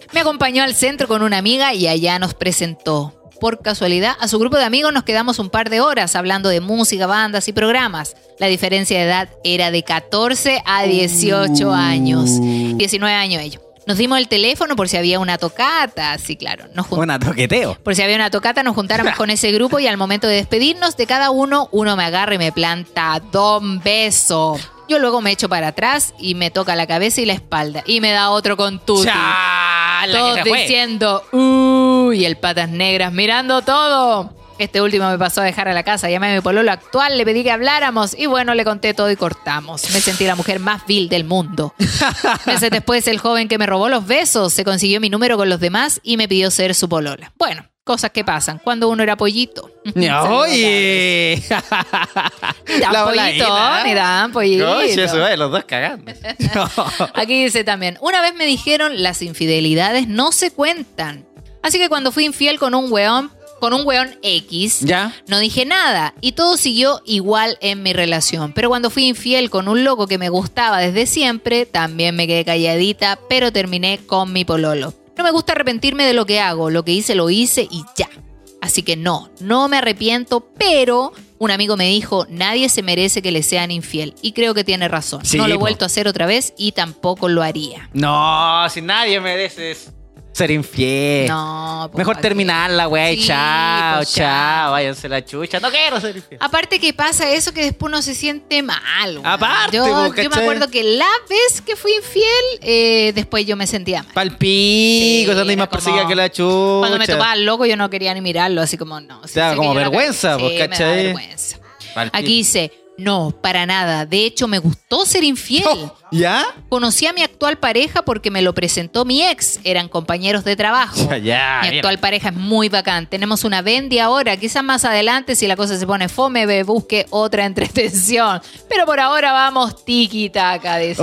Me acompañó al centro con una amiga y allá nos presentó. Por casualidad, a su grupo de amigos nos quedamos un par de horas hablando de música, bandas y programas. La diferencia de edad era de 14 a 18 años. 19 años ellos. Nos dimos el teléfono por si había una tocata. Sí, claro. Una toqueteo. Por si había una tocata, nos juntáramos con ese grupo y al momento de despedirnos de cada uno me agarra y me planta 2 besos. Yo luego me echo para atrás y me toca la cabeza y la espalda. Y me da otro con tutti. Todos diciendo, y el patas negras mirando todo. Este último me pasó a dejar a la casa. Llamé a mi pololo actual, le pedí que habláramos y bueno, le conté todo y cortamos. Me sentí la mujer más vil del mundo. Meses después, el joven que me robó los besos se consiguió mi número con los demás y me pidió ser su polola. Bueno, cosas que pasan cuando uno era pollito. ¡Oye! Ni dan pollito, ni dan pollito. Oye, eso los dos cagando. Aquí dice también, una vez me dijeron, las infidelidades no se cuentan. Así que cuando fui infiel con un weón X, ¿ya? No dije nada y todo siguió igual en mi relación. Pero cuando fui infiel con un loco que me gustaba desde siempre, también me quedé calladita, pero terminé con mi pololo. No me gusta arrepentirme de lo que hago, lo que hice lo hice y ya. Así que no me arrepiento, pero un amigo me dijo, nadie se merece que le sean infiel. Y creo que tiene razón. Sí, no lo he vuelto a hacer otra vez y tampoco lo haría. No, si nadie merece ser infiel. No, mejor terminarla, güey. Sí, chao, pues, chao. Váyanse la chucha. No quiero ser infiel. Aparte que pasa eso que después uno se siente mal. Güey. Aparte, yo ¿cachai? me acuerdo que la vez que fui infiel, después yo me sentía mal. Palpico, Sí, anda más como- perseguida que la chucha. Cuando me topaba al loco yo no quería ni mirarlo, así como no. Sí, Claro, sé como que yo la vergüenza, cagué. pues, Sí, me da ¿cachai? vergüenza. Palpico. Aquí dice, no, para nada. De hecho, me gustó ser infiel. ¿Ya? Conocí a mi actual pareja porque me lo presentó mi ex. Eran compañeros de trabajo. Ya, Mi mira. actual pareja es muy bacán. Tenemos una Bendy ahora. Quizás más adelante, si la cosa se pone fome, busque otra entretención. Pero por ahora vamos tiki-taka. Dice.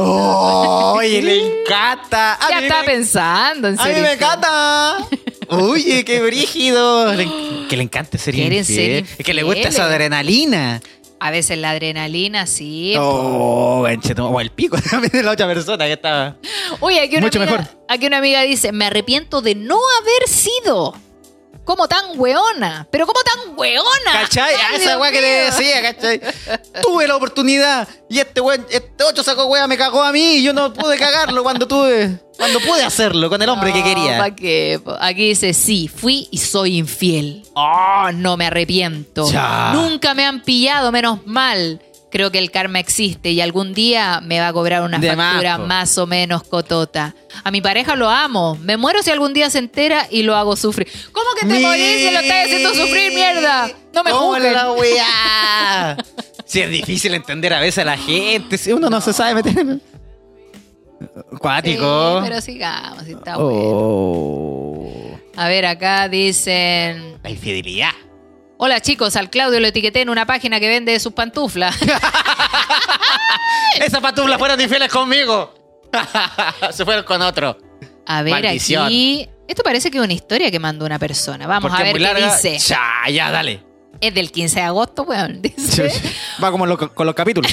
Oye, le encanta. A Ya mí está me- pensando en A mí ser me infiel. encanta. Oye, qué brígido. Que le encante ser Quieren infiel. ser Es que le gusta esa infieles. adrenalina. A veces la adrenalina, sí. Oh, gancheto. O el pico también de la otra persona que estaba. Uy, Mucho mejor. Aquí una amiga dice, me arrepiento de no haber sido. ¿Cómo tan weona? ¿Pero cómo tan weona? ¿Cachai? Ay, Esa Dios weá que te mío. decía, ¿cachai? Tuve la oportunidad y este otro saco weá me cagó a mí y yo no pude cagarlo cuando pude hacerlo con el hombre que quería. ¿Para qué? Aquí dice, sí, fui y soy infiel. Oh, no me arrepiento. Ya. Nunca me han pillado, menos mal. Creo que el karma existe y algún día me va a cobrar una De factura más, po. más o menos cotota. A mi pareja lo amo. Me muero si algún día se entera y lo hago sufrir. ¿Cómo que te morís y lo estás haciendo sufrir, mierda? No me ¿Cómo juzguen. la weá? Sí, es difícil entender a veces a la gente. Si uno no se sabe meter en... Cuático. Sí, pero sigamos, si está bueno. Oh. A ver, acá dicen... La infidelidad. Hola chicos, al Claudio lo etiqueté en una página que vende sus pantuflas. Esas pantuflas fueron infieles conmigo. Se fueron con otro. A ver, Maldición. aquí... Esto parece que es una historia que mandó una persona. Vamos Porque a es ver muy qué larga. dice. Ya, dale. Es del 15 de agosto, weón. Dice... Va como con los capítulos.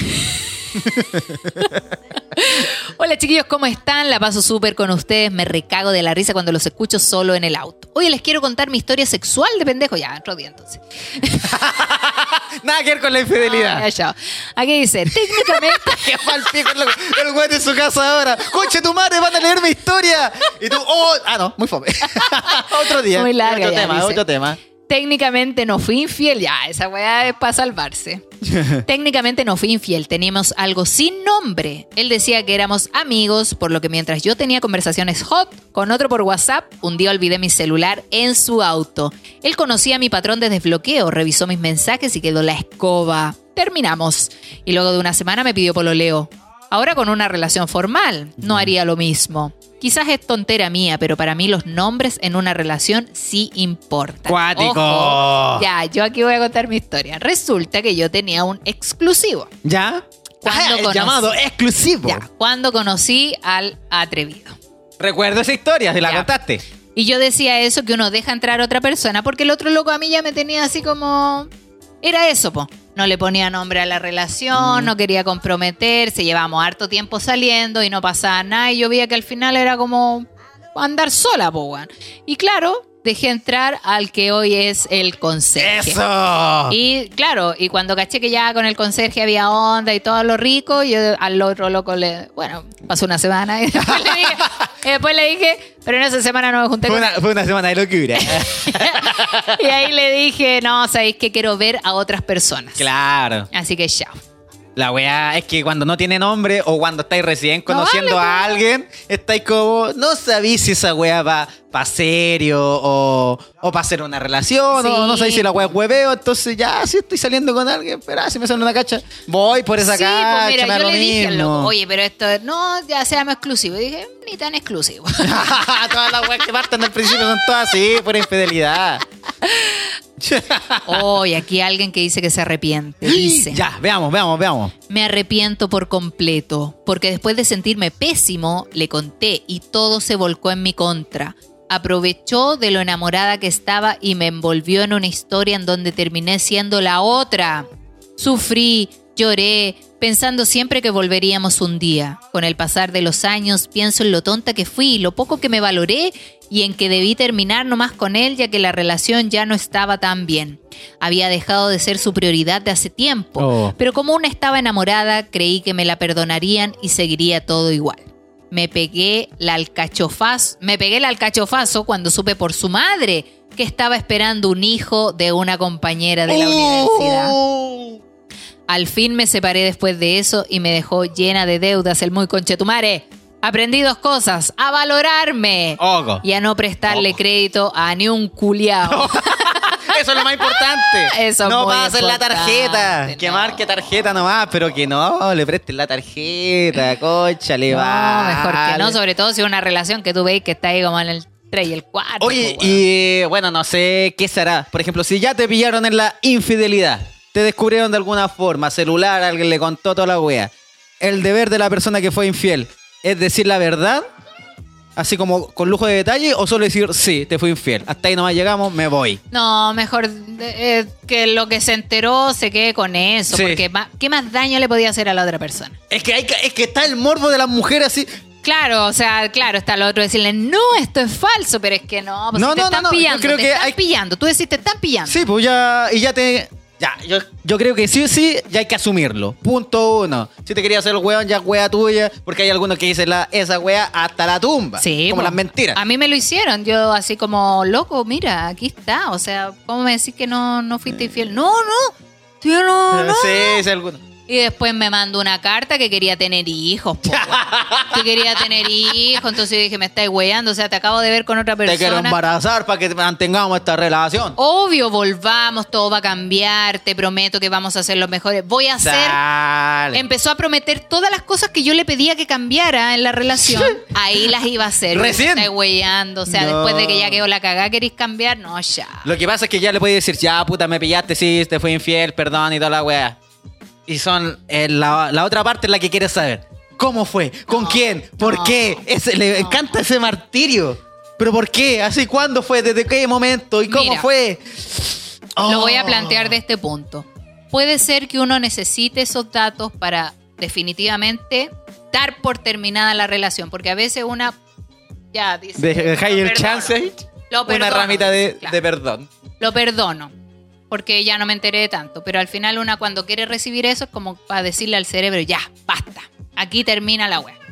Hola chiquillos, ¿cómo están? La paso súper con ustedes. Me recago de la risa cuando los escucho solo en el auto. Hoy les quiero contar mi historia sexual de pendejo. Ya, otro día entonces. Nada que ver con la infidelidad. Ya, chao. Aquí dice, técnicamente... Qué mal pico el güey en su casa ahora. Conche tu madre, van a leer mi historia. Y tú, no, muy fome. Otro día. Muy larga Otro ya, tema, dice. otro tema. Técnicamente no fui infiel. Ya, esa weá es para salvarse. Técnicamente no fui infiel. Teníamos algo sin nombre. Él decía que éramos amigos, por lo que mientras yo tenía conversaciones hot con otro por WhatsApp, un día olvidé mi celular en su auto. Él conocía mi patrón de desbloqueo, revisó mis mensajes y quedó la escoba. Terminamos. Y luego de una semana me pidió pololeo. Ahora con una relación formal, no haría lo mismo. Quizás es tontera mía, pero para mí los nombres en una relación sí importan. ¡Cuático! Ojo. Ya, yo aquí voy a contar mi historia. Resulta que yo tenía un exclusivo. ¿Ya? ¿Cuándo El conocí? llamado exclusivo. Ya, cuando conocí al atrevido. Recuerdo esa historia, si la Ya. contaste. Y yo decía eso, que uno deja entrar a otra persona, porque el otro loco a mí ya me tenía así como... Era eso, po. No le ponía nombre a la relación, no quería comprometerse, llevamos harto tiempo saliendo y no pasaba nada. Y yo veía que al final era como andar sola, po, weón. Y claro, dejé entrar al que hoy es el conserje. ¡Eso! Y claro, y cuando caché que ya con el conserje había onda y todo lo rico, yo al otro loco pasó una semana y después le dije, pero en esa semana no me junté con él. Fue una semana de locura. Y ahí le dije, no, sabéis que quiero ver a otras personas. Claro. Así que chao. La weá es que cuando no tiene nombre o cuando estáis recién conociendo a alguien, estáis como, no sabéis si esa weá va para serio o para hacer una relación, Sí. o no sabéis si la weá es hueveo, entonces ya, si estoy saliendo con alguien, espera, si me sale una cacha, voy por esa Sí, cacha, pues mira, me da yo lo le dije al loco, mismo. oye, pero esto no, ya seamos exclusivos. Y dije, ni tan exclusivo. Todas las weas que parten al principio son todas así, pura infidelidad. Oye, aquí alguien que dice que se arrepiente. Dice, Ya, veamos. me arrepiento por completo, porque después de sentirme pésimo, le conté y todo se volcó en mi contra. Aprovechó de lo enamorada que estaba y me envolvió en una historia en donde terminé siendo la otra. Sufrí, lloré, pensando siempre que volveríamos un día. Con el pasar de los años pienso en lo tonta que fui, lo poco que me valoré y en que debí terminar nomás con él ya que la relación ya no estaba tan bien. Había dejado de ser su prioridad de hace tiempo, Oh. pero como una estaba enamorada, creí que me la perdonarían y seguiría todo igual. Me pegué el alcachofazo cuando supe por su madre que estaba esperando un hijo de una compañera de la universidad. Al fin me separé después de eso y me dejó llena de deudas el muy conchetumare. Aprendí 2 cosas, a valorarme Ojo. y a no prestarle crédito a ni un culiao. Eso es lo más importante. Eso es no muy pasen la importante, tarjeta. Que no. marque tarjeta nomás, pero que no le presten la tarjeta, cocha, le No, va. mejor que no, sobre todo si es una relación que tú veis que está ahí como en el 3 y el 4. Oye, y bueno, no sé qué será. Por ejemplo, si ya te pillaron en la infidelidad, te descubrieron de alguna forma, celular, alguien le contó toda la wea. El deber de la persona que fue infiel es decir la verdad, así como con lujo de detalle, o solo decir, sí, te fui infiel. Hasta ahí nomás llegamos, me voy. No, mejor que lo que se enteró se quede con eso, Sí. porque ¿qué más daño le podía hacer a la otra persona? Es que está el morbo de las mujeres así. Claro, o sea, claro, está lo otro decirle, no, esto es falso, pero es que no, pues No, si te no, están no, yo pillando, creo te que están hay- pillando. Tú decís, te están pillando. Sí, pues ya, y ya te... Ya, yo creo que sí o sí, ya hay que asumirlo. Punto 1. Si te querías hacer el weón, ya es wea tuya, porque hay algunos que dicen esa wea hasta la tumba. Sí, como po. las mentiras. A mí me lo hicieron, yo así como, loco, mira, aquí está. O sea, ¿cómo me decís que no fuiste infiel? No, tío, no. Sí, algunos. Y después me mandó una carta que quería tener hijos, po, weón. Que quería tener hijos, entonces dije, me estáis weyando, o sea, te acabo de ver con otra Te quiero persona. embarazar para que mantengamos esta relación. Obvio, volvamos, todo va a cambiar, te prometo que vamos a hacer los mejores. Voy a hacer... Dale. Empezó a prometer todas las cosas que yo le pedía que cambiara en la relación. Ahí las iba a hacer. Recién. Está weyando. O sea, No. después de que ya quedó la cagada, ¿querés cambiar? No, ya. Lo que pasa es que ya le puedes decir, ya puta, me pillaste, sí, te fui infiel, perdón y toda la wea. Y son la otra parte es la que quieres saber. ¿Cómo fue? ¿Con quién? ¿Por qué? Le encanta ese martirio. ¿Pero por qué? ¿Así cuándo fue? ¿Desde qué momento? ¿Y cómo Mira. fue? Lo voy a Oh. plantear de este punto. Puede ser que uno necesite esos datos para definitivamente dar por terminada la relación. Porque a veces una ya dice... Dejáis "Lo el perdono". chance. Lo Una perdono, ramita de claro. perdón. Lo perdono, porque ya no me enteré de tanto. Pero al final una cuando quiere recibir eso es como para decirle al cerebro, ya, basta. Aquí termina la web.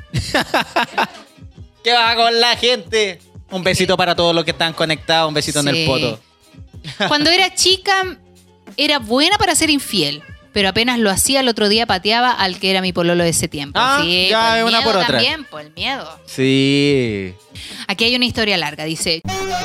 ¿Qué va con la gente? Un besito para todos los que están conectados, un besito en el Sí. poto. Cuando era chica, era buena para ser infiel. Pero apenas lo hacía, el otro día pateaba al que era mi pololo de ese tiempo. Ah, sí, ya por el es una miedo por otra. también, por el miedo. Sí. Aquí hay una historia larga, dice...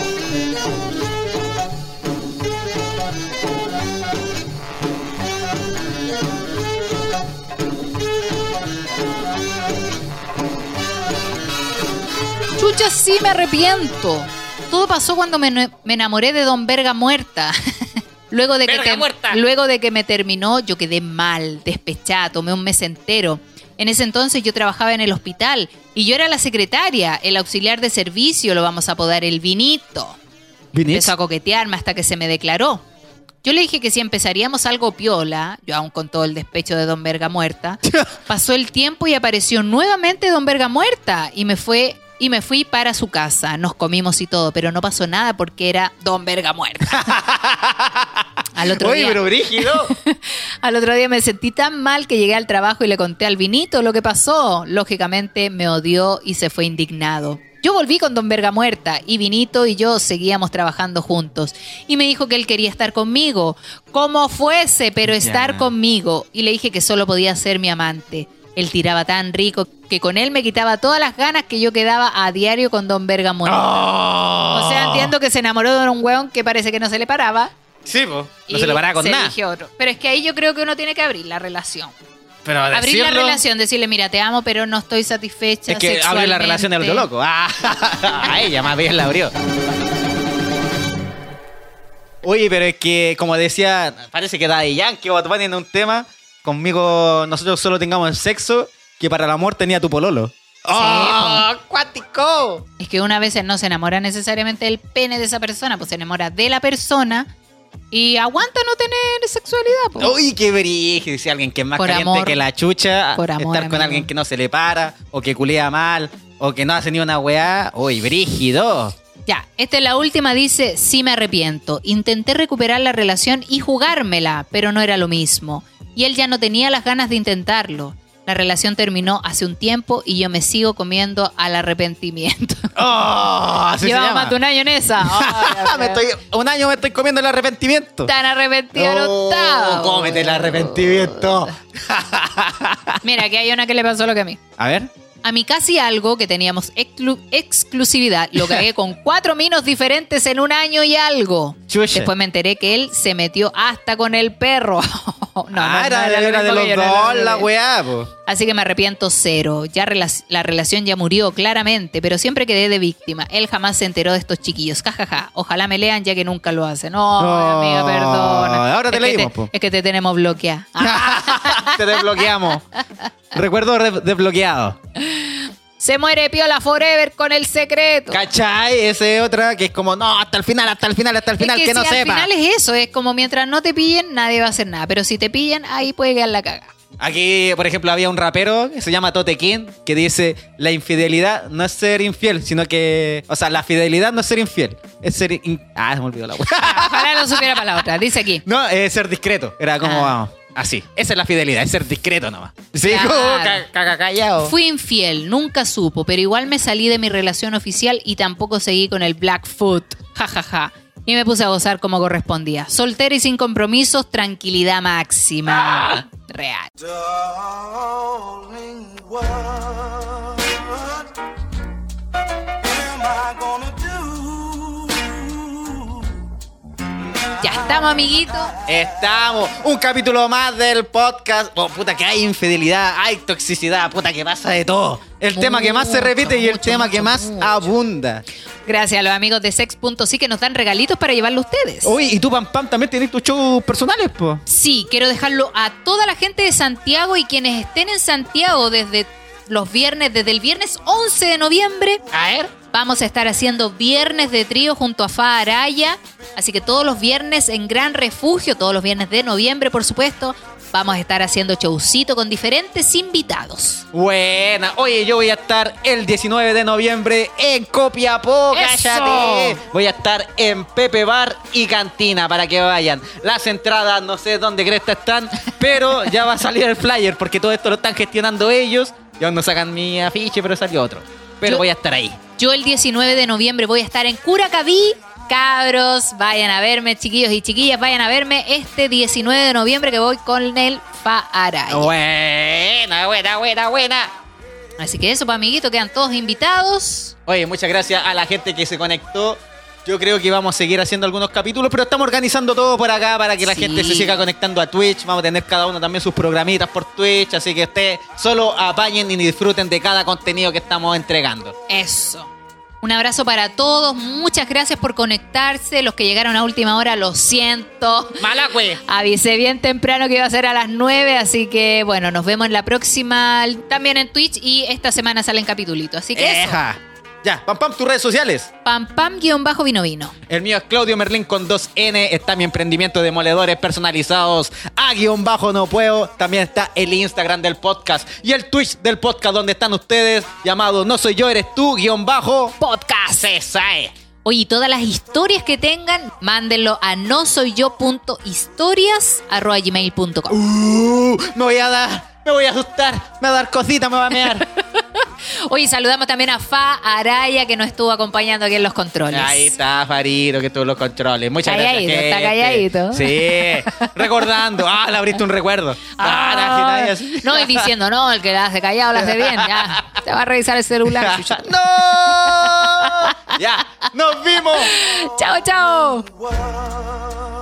Chucha, sí me arrepiento. Todo pasó cuando me enamoré de Don Verga Muerta. Luego de que me terminó, yo quedé mal, despechada, tomé un mes entero. En ese entonces yo trabajaba en el hospital y yo era la secretaria, el auxiliar de servicio, lo vamos a apodar el Vinito. Empezó a coquetearme hasta que se me declaró. Yo le dije que si empezaríamos algo piola, yo aún con todo el despecho de Don Verga Muerta, pasó el tiempo y apareció nuevamente Don Verga Muerta y me fue y me fui para su casa. Nos comimos y todo, pero no pasó nada porque era Don Verga muerta. Al otro Oye, día, pero brígido. al otro día me sentí tan mal que llegué al trabajo y le conté al Vinito lo que pasó. Lógicamente me odió y se fue indignado. Yo volví con Don Verga muerta y Vinito y yo seguíamos trabajando juntos. Y me dijo que él quería estar conmigo, como fuese, pero estar conmigo. Y le dije que solo podía ser mi amante. Él tiraba tan rico que con él me quitaba todas las ganas que yo quedaba a diario con Don Verga muerta. Oh. O sea, entiendo que se enamoró de un hueón que parece que no se le paraba. Sí, pues. No y se le paraba con se nada. eligió otro. Pero es que ahí yo creo que uno tiene que abrir la relación. Pero Abrir la decirlo- relación, decirle, mira, te amo, pero no estoy satisfecha Es que abre la relación del otro loco. Ah, a ella más bien la abrió. Oye, pero es que, como decía, parece que Daddy Yankee o Bad Bunny en un tema, conmigo nosotros solo tengamos sexo, que para el amor tenía tu pololo. ¡Oh, cuático! Es que una vez no se enamora necesariamente del pene de esa persona, pues se enamora de la persona y aguanta no tener sexualidad. Pues. Uy, qué brígido. Dice alguien que es más Por caliente amor. que la chucha. Por amor, estar con amigo. alguien que no se le para, o que culea mal, o que no hace ni una weá. Uy, brígido. Ya, esta es la última, dice, sí me arrepiento. Intenté recuperar la relación y jugármela, pero no era lo mismo. Y él ya no tenía las ganas de intentarlo. La relación terminó hace un tiempo y yo me sigo comiendo al arrepentimiento. ¡Oh! Así se Llevamos llama. más de un año en esa. Ay, Un año me estoy comiendo el arrepentimiento. Tan arrepentido no estaba. Cómete el arrepentimiento. Mira, que hay una que le pasó lo que a mí. A ver. A mi casi algo que teníamos exclusividad, lo cagué con 4 minos diferentes en un año y algo. Chucha. Después me enteré que él se metió hasta con el perro. Era lo de mismo los que yo, dos no, la weá, po. Así que me arrepiento cero. Ya la relación ya murió, claramente, pero siempre quedé de víctima. Él jamás se enteró de estos chiquillos. Jajaja. Ojalá me lean ya que nunca lo hacen. No, No, amiga, perdona. ahora te Es que leímos, po. Es que te tenemos bloqueada. Te desbloqueamos. Recuerdo desbloqueado. Se muere Piola Forever con el secreto. ¿Cachai? Esa es otra que es como, no, hasta el final, Es que no si sepa. al final es eso, es como mientras no te pillen, nadie va a hacer nada. Pero si te pillan, ahí puede quedar la caga. Aquí, por ejemplo, había un rapero que se llama Tote King que dice, la infidelidad no es ser infiel, sino que... O sea, la fidelidad no es ser infiel, es ser... se me olvidó la wea. Ojalá lo supiera para la otra. Dice aquí. No, es ser discreto. Era como, Ah. vamos, así. Esa es la fidelidad, es ser discreto nomás. Sí, Claro. como callado. Fui infiel, nunca supo, pero igual me salí de mi relación oficial y tampoco seguí con el Blackfoot. Ja, ja, ja. Y me puse a gozar como correspondía. Soltera y sin compromisos, tranquilidad máxima. Real. Darling, what am I gonna do? Ya estamos, amiguitos. Estamos. Un capítulo más del podcast. Oh, puta, que hay infidelidad, hay toxicidad. Puta, que pasa de todo. El tema que más se repite y el mucho, tema que mucho, más mucho. abunda. Gracias a los amigos de Sex.si que nos dan regalitos para llevarlo a ustedes. Uy, y tú, Pam Pam, también tienes tus shows personales, po. Sí, quiero dejarlo a toda la gente de Santiago y quienes estén en Santiago desde el viernes 11 de noviembre. A ver. Vamos a estar haciendo viernes de trío junto a Fa Araya. Así que todos los viernes en Gran Refugio, todos los viernes de noviembre, por supuesto, vamos a estar haciendo showcito con diferentes invitados. Buena. Oye, yo voy a estar el 19 de noviembre en Copiapó. ¡Eso! ¡Cállate! Voy a estar en Pepe Bar y Cantina para que vayan. Las entradas no sé dónde cresta están, pero ya va a salir el flyer porque todo esto lo están gestionando ellos. Y aún no sacan mi afiche, pero salió otro. Pero Yo- voy a estar ahí. Yo el 19 de noviembre voy a estar en Curacaví. Cabros, vayan a verme, chiquillos y chiquillas, vayan a verme este 19 de noviembre que voy con el Fa Araya. Buena. Así que eso, pues, amiguito, quedan todos invitados. Oye, muchas gracias a la gente que se conectó. Yo creo que vamos a seguir haciendo algunos capítulos, pero estamos organizando todo por acá para que la Sí. gente se siga conectando a Twitch. Vamos a tener cada uno también sus programitas por Twitch, así que ustedes solo apañen y disfruten de cada contenido que estamos entregando. Eso. Un abrazo para todos. Muchas gracias por conectarse. Los que llegaron a última hora, lo siento. ¡Malacue! Avisé bien temprano que iba a ser a las 9, así que bueno, nos vemos en la próxima también en Twitch y esta semana salen capitulitos. Así que eso. ¡Eja! Ya, Pam, tus redes sociales. Pam-pam-vino. El mío es Claudio Merlín con 2N. Está mi emprendimiento de moledores personalizados a _, no puedo. También está el Instagram del podcast y el Twitch del podcast donde están ustedes, llamado No Soy Yo, Eres Tú, _. Podcast. Cesae. Oye, todas las historias que tengan, mándenlo a nosoyyo.historias@gmail.com. Me voy a asustar, me va a dar cosita, me va a mear. Oye, saludamos también a Fa Araya, que nos estuvo acompañando aquí en los controles. Ahí está, Farito, que tuvo los controles. Muchas Calladito, gracias, está calladito. Sí, recordando. Le abriste un recuerdo. No, y diciendo, no, el que la hace callado la hace bien. Ya, te va a revisar el celular. ¡No! Ya, nos vimos. Chao, chao. world.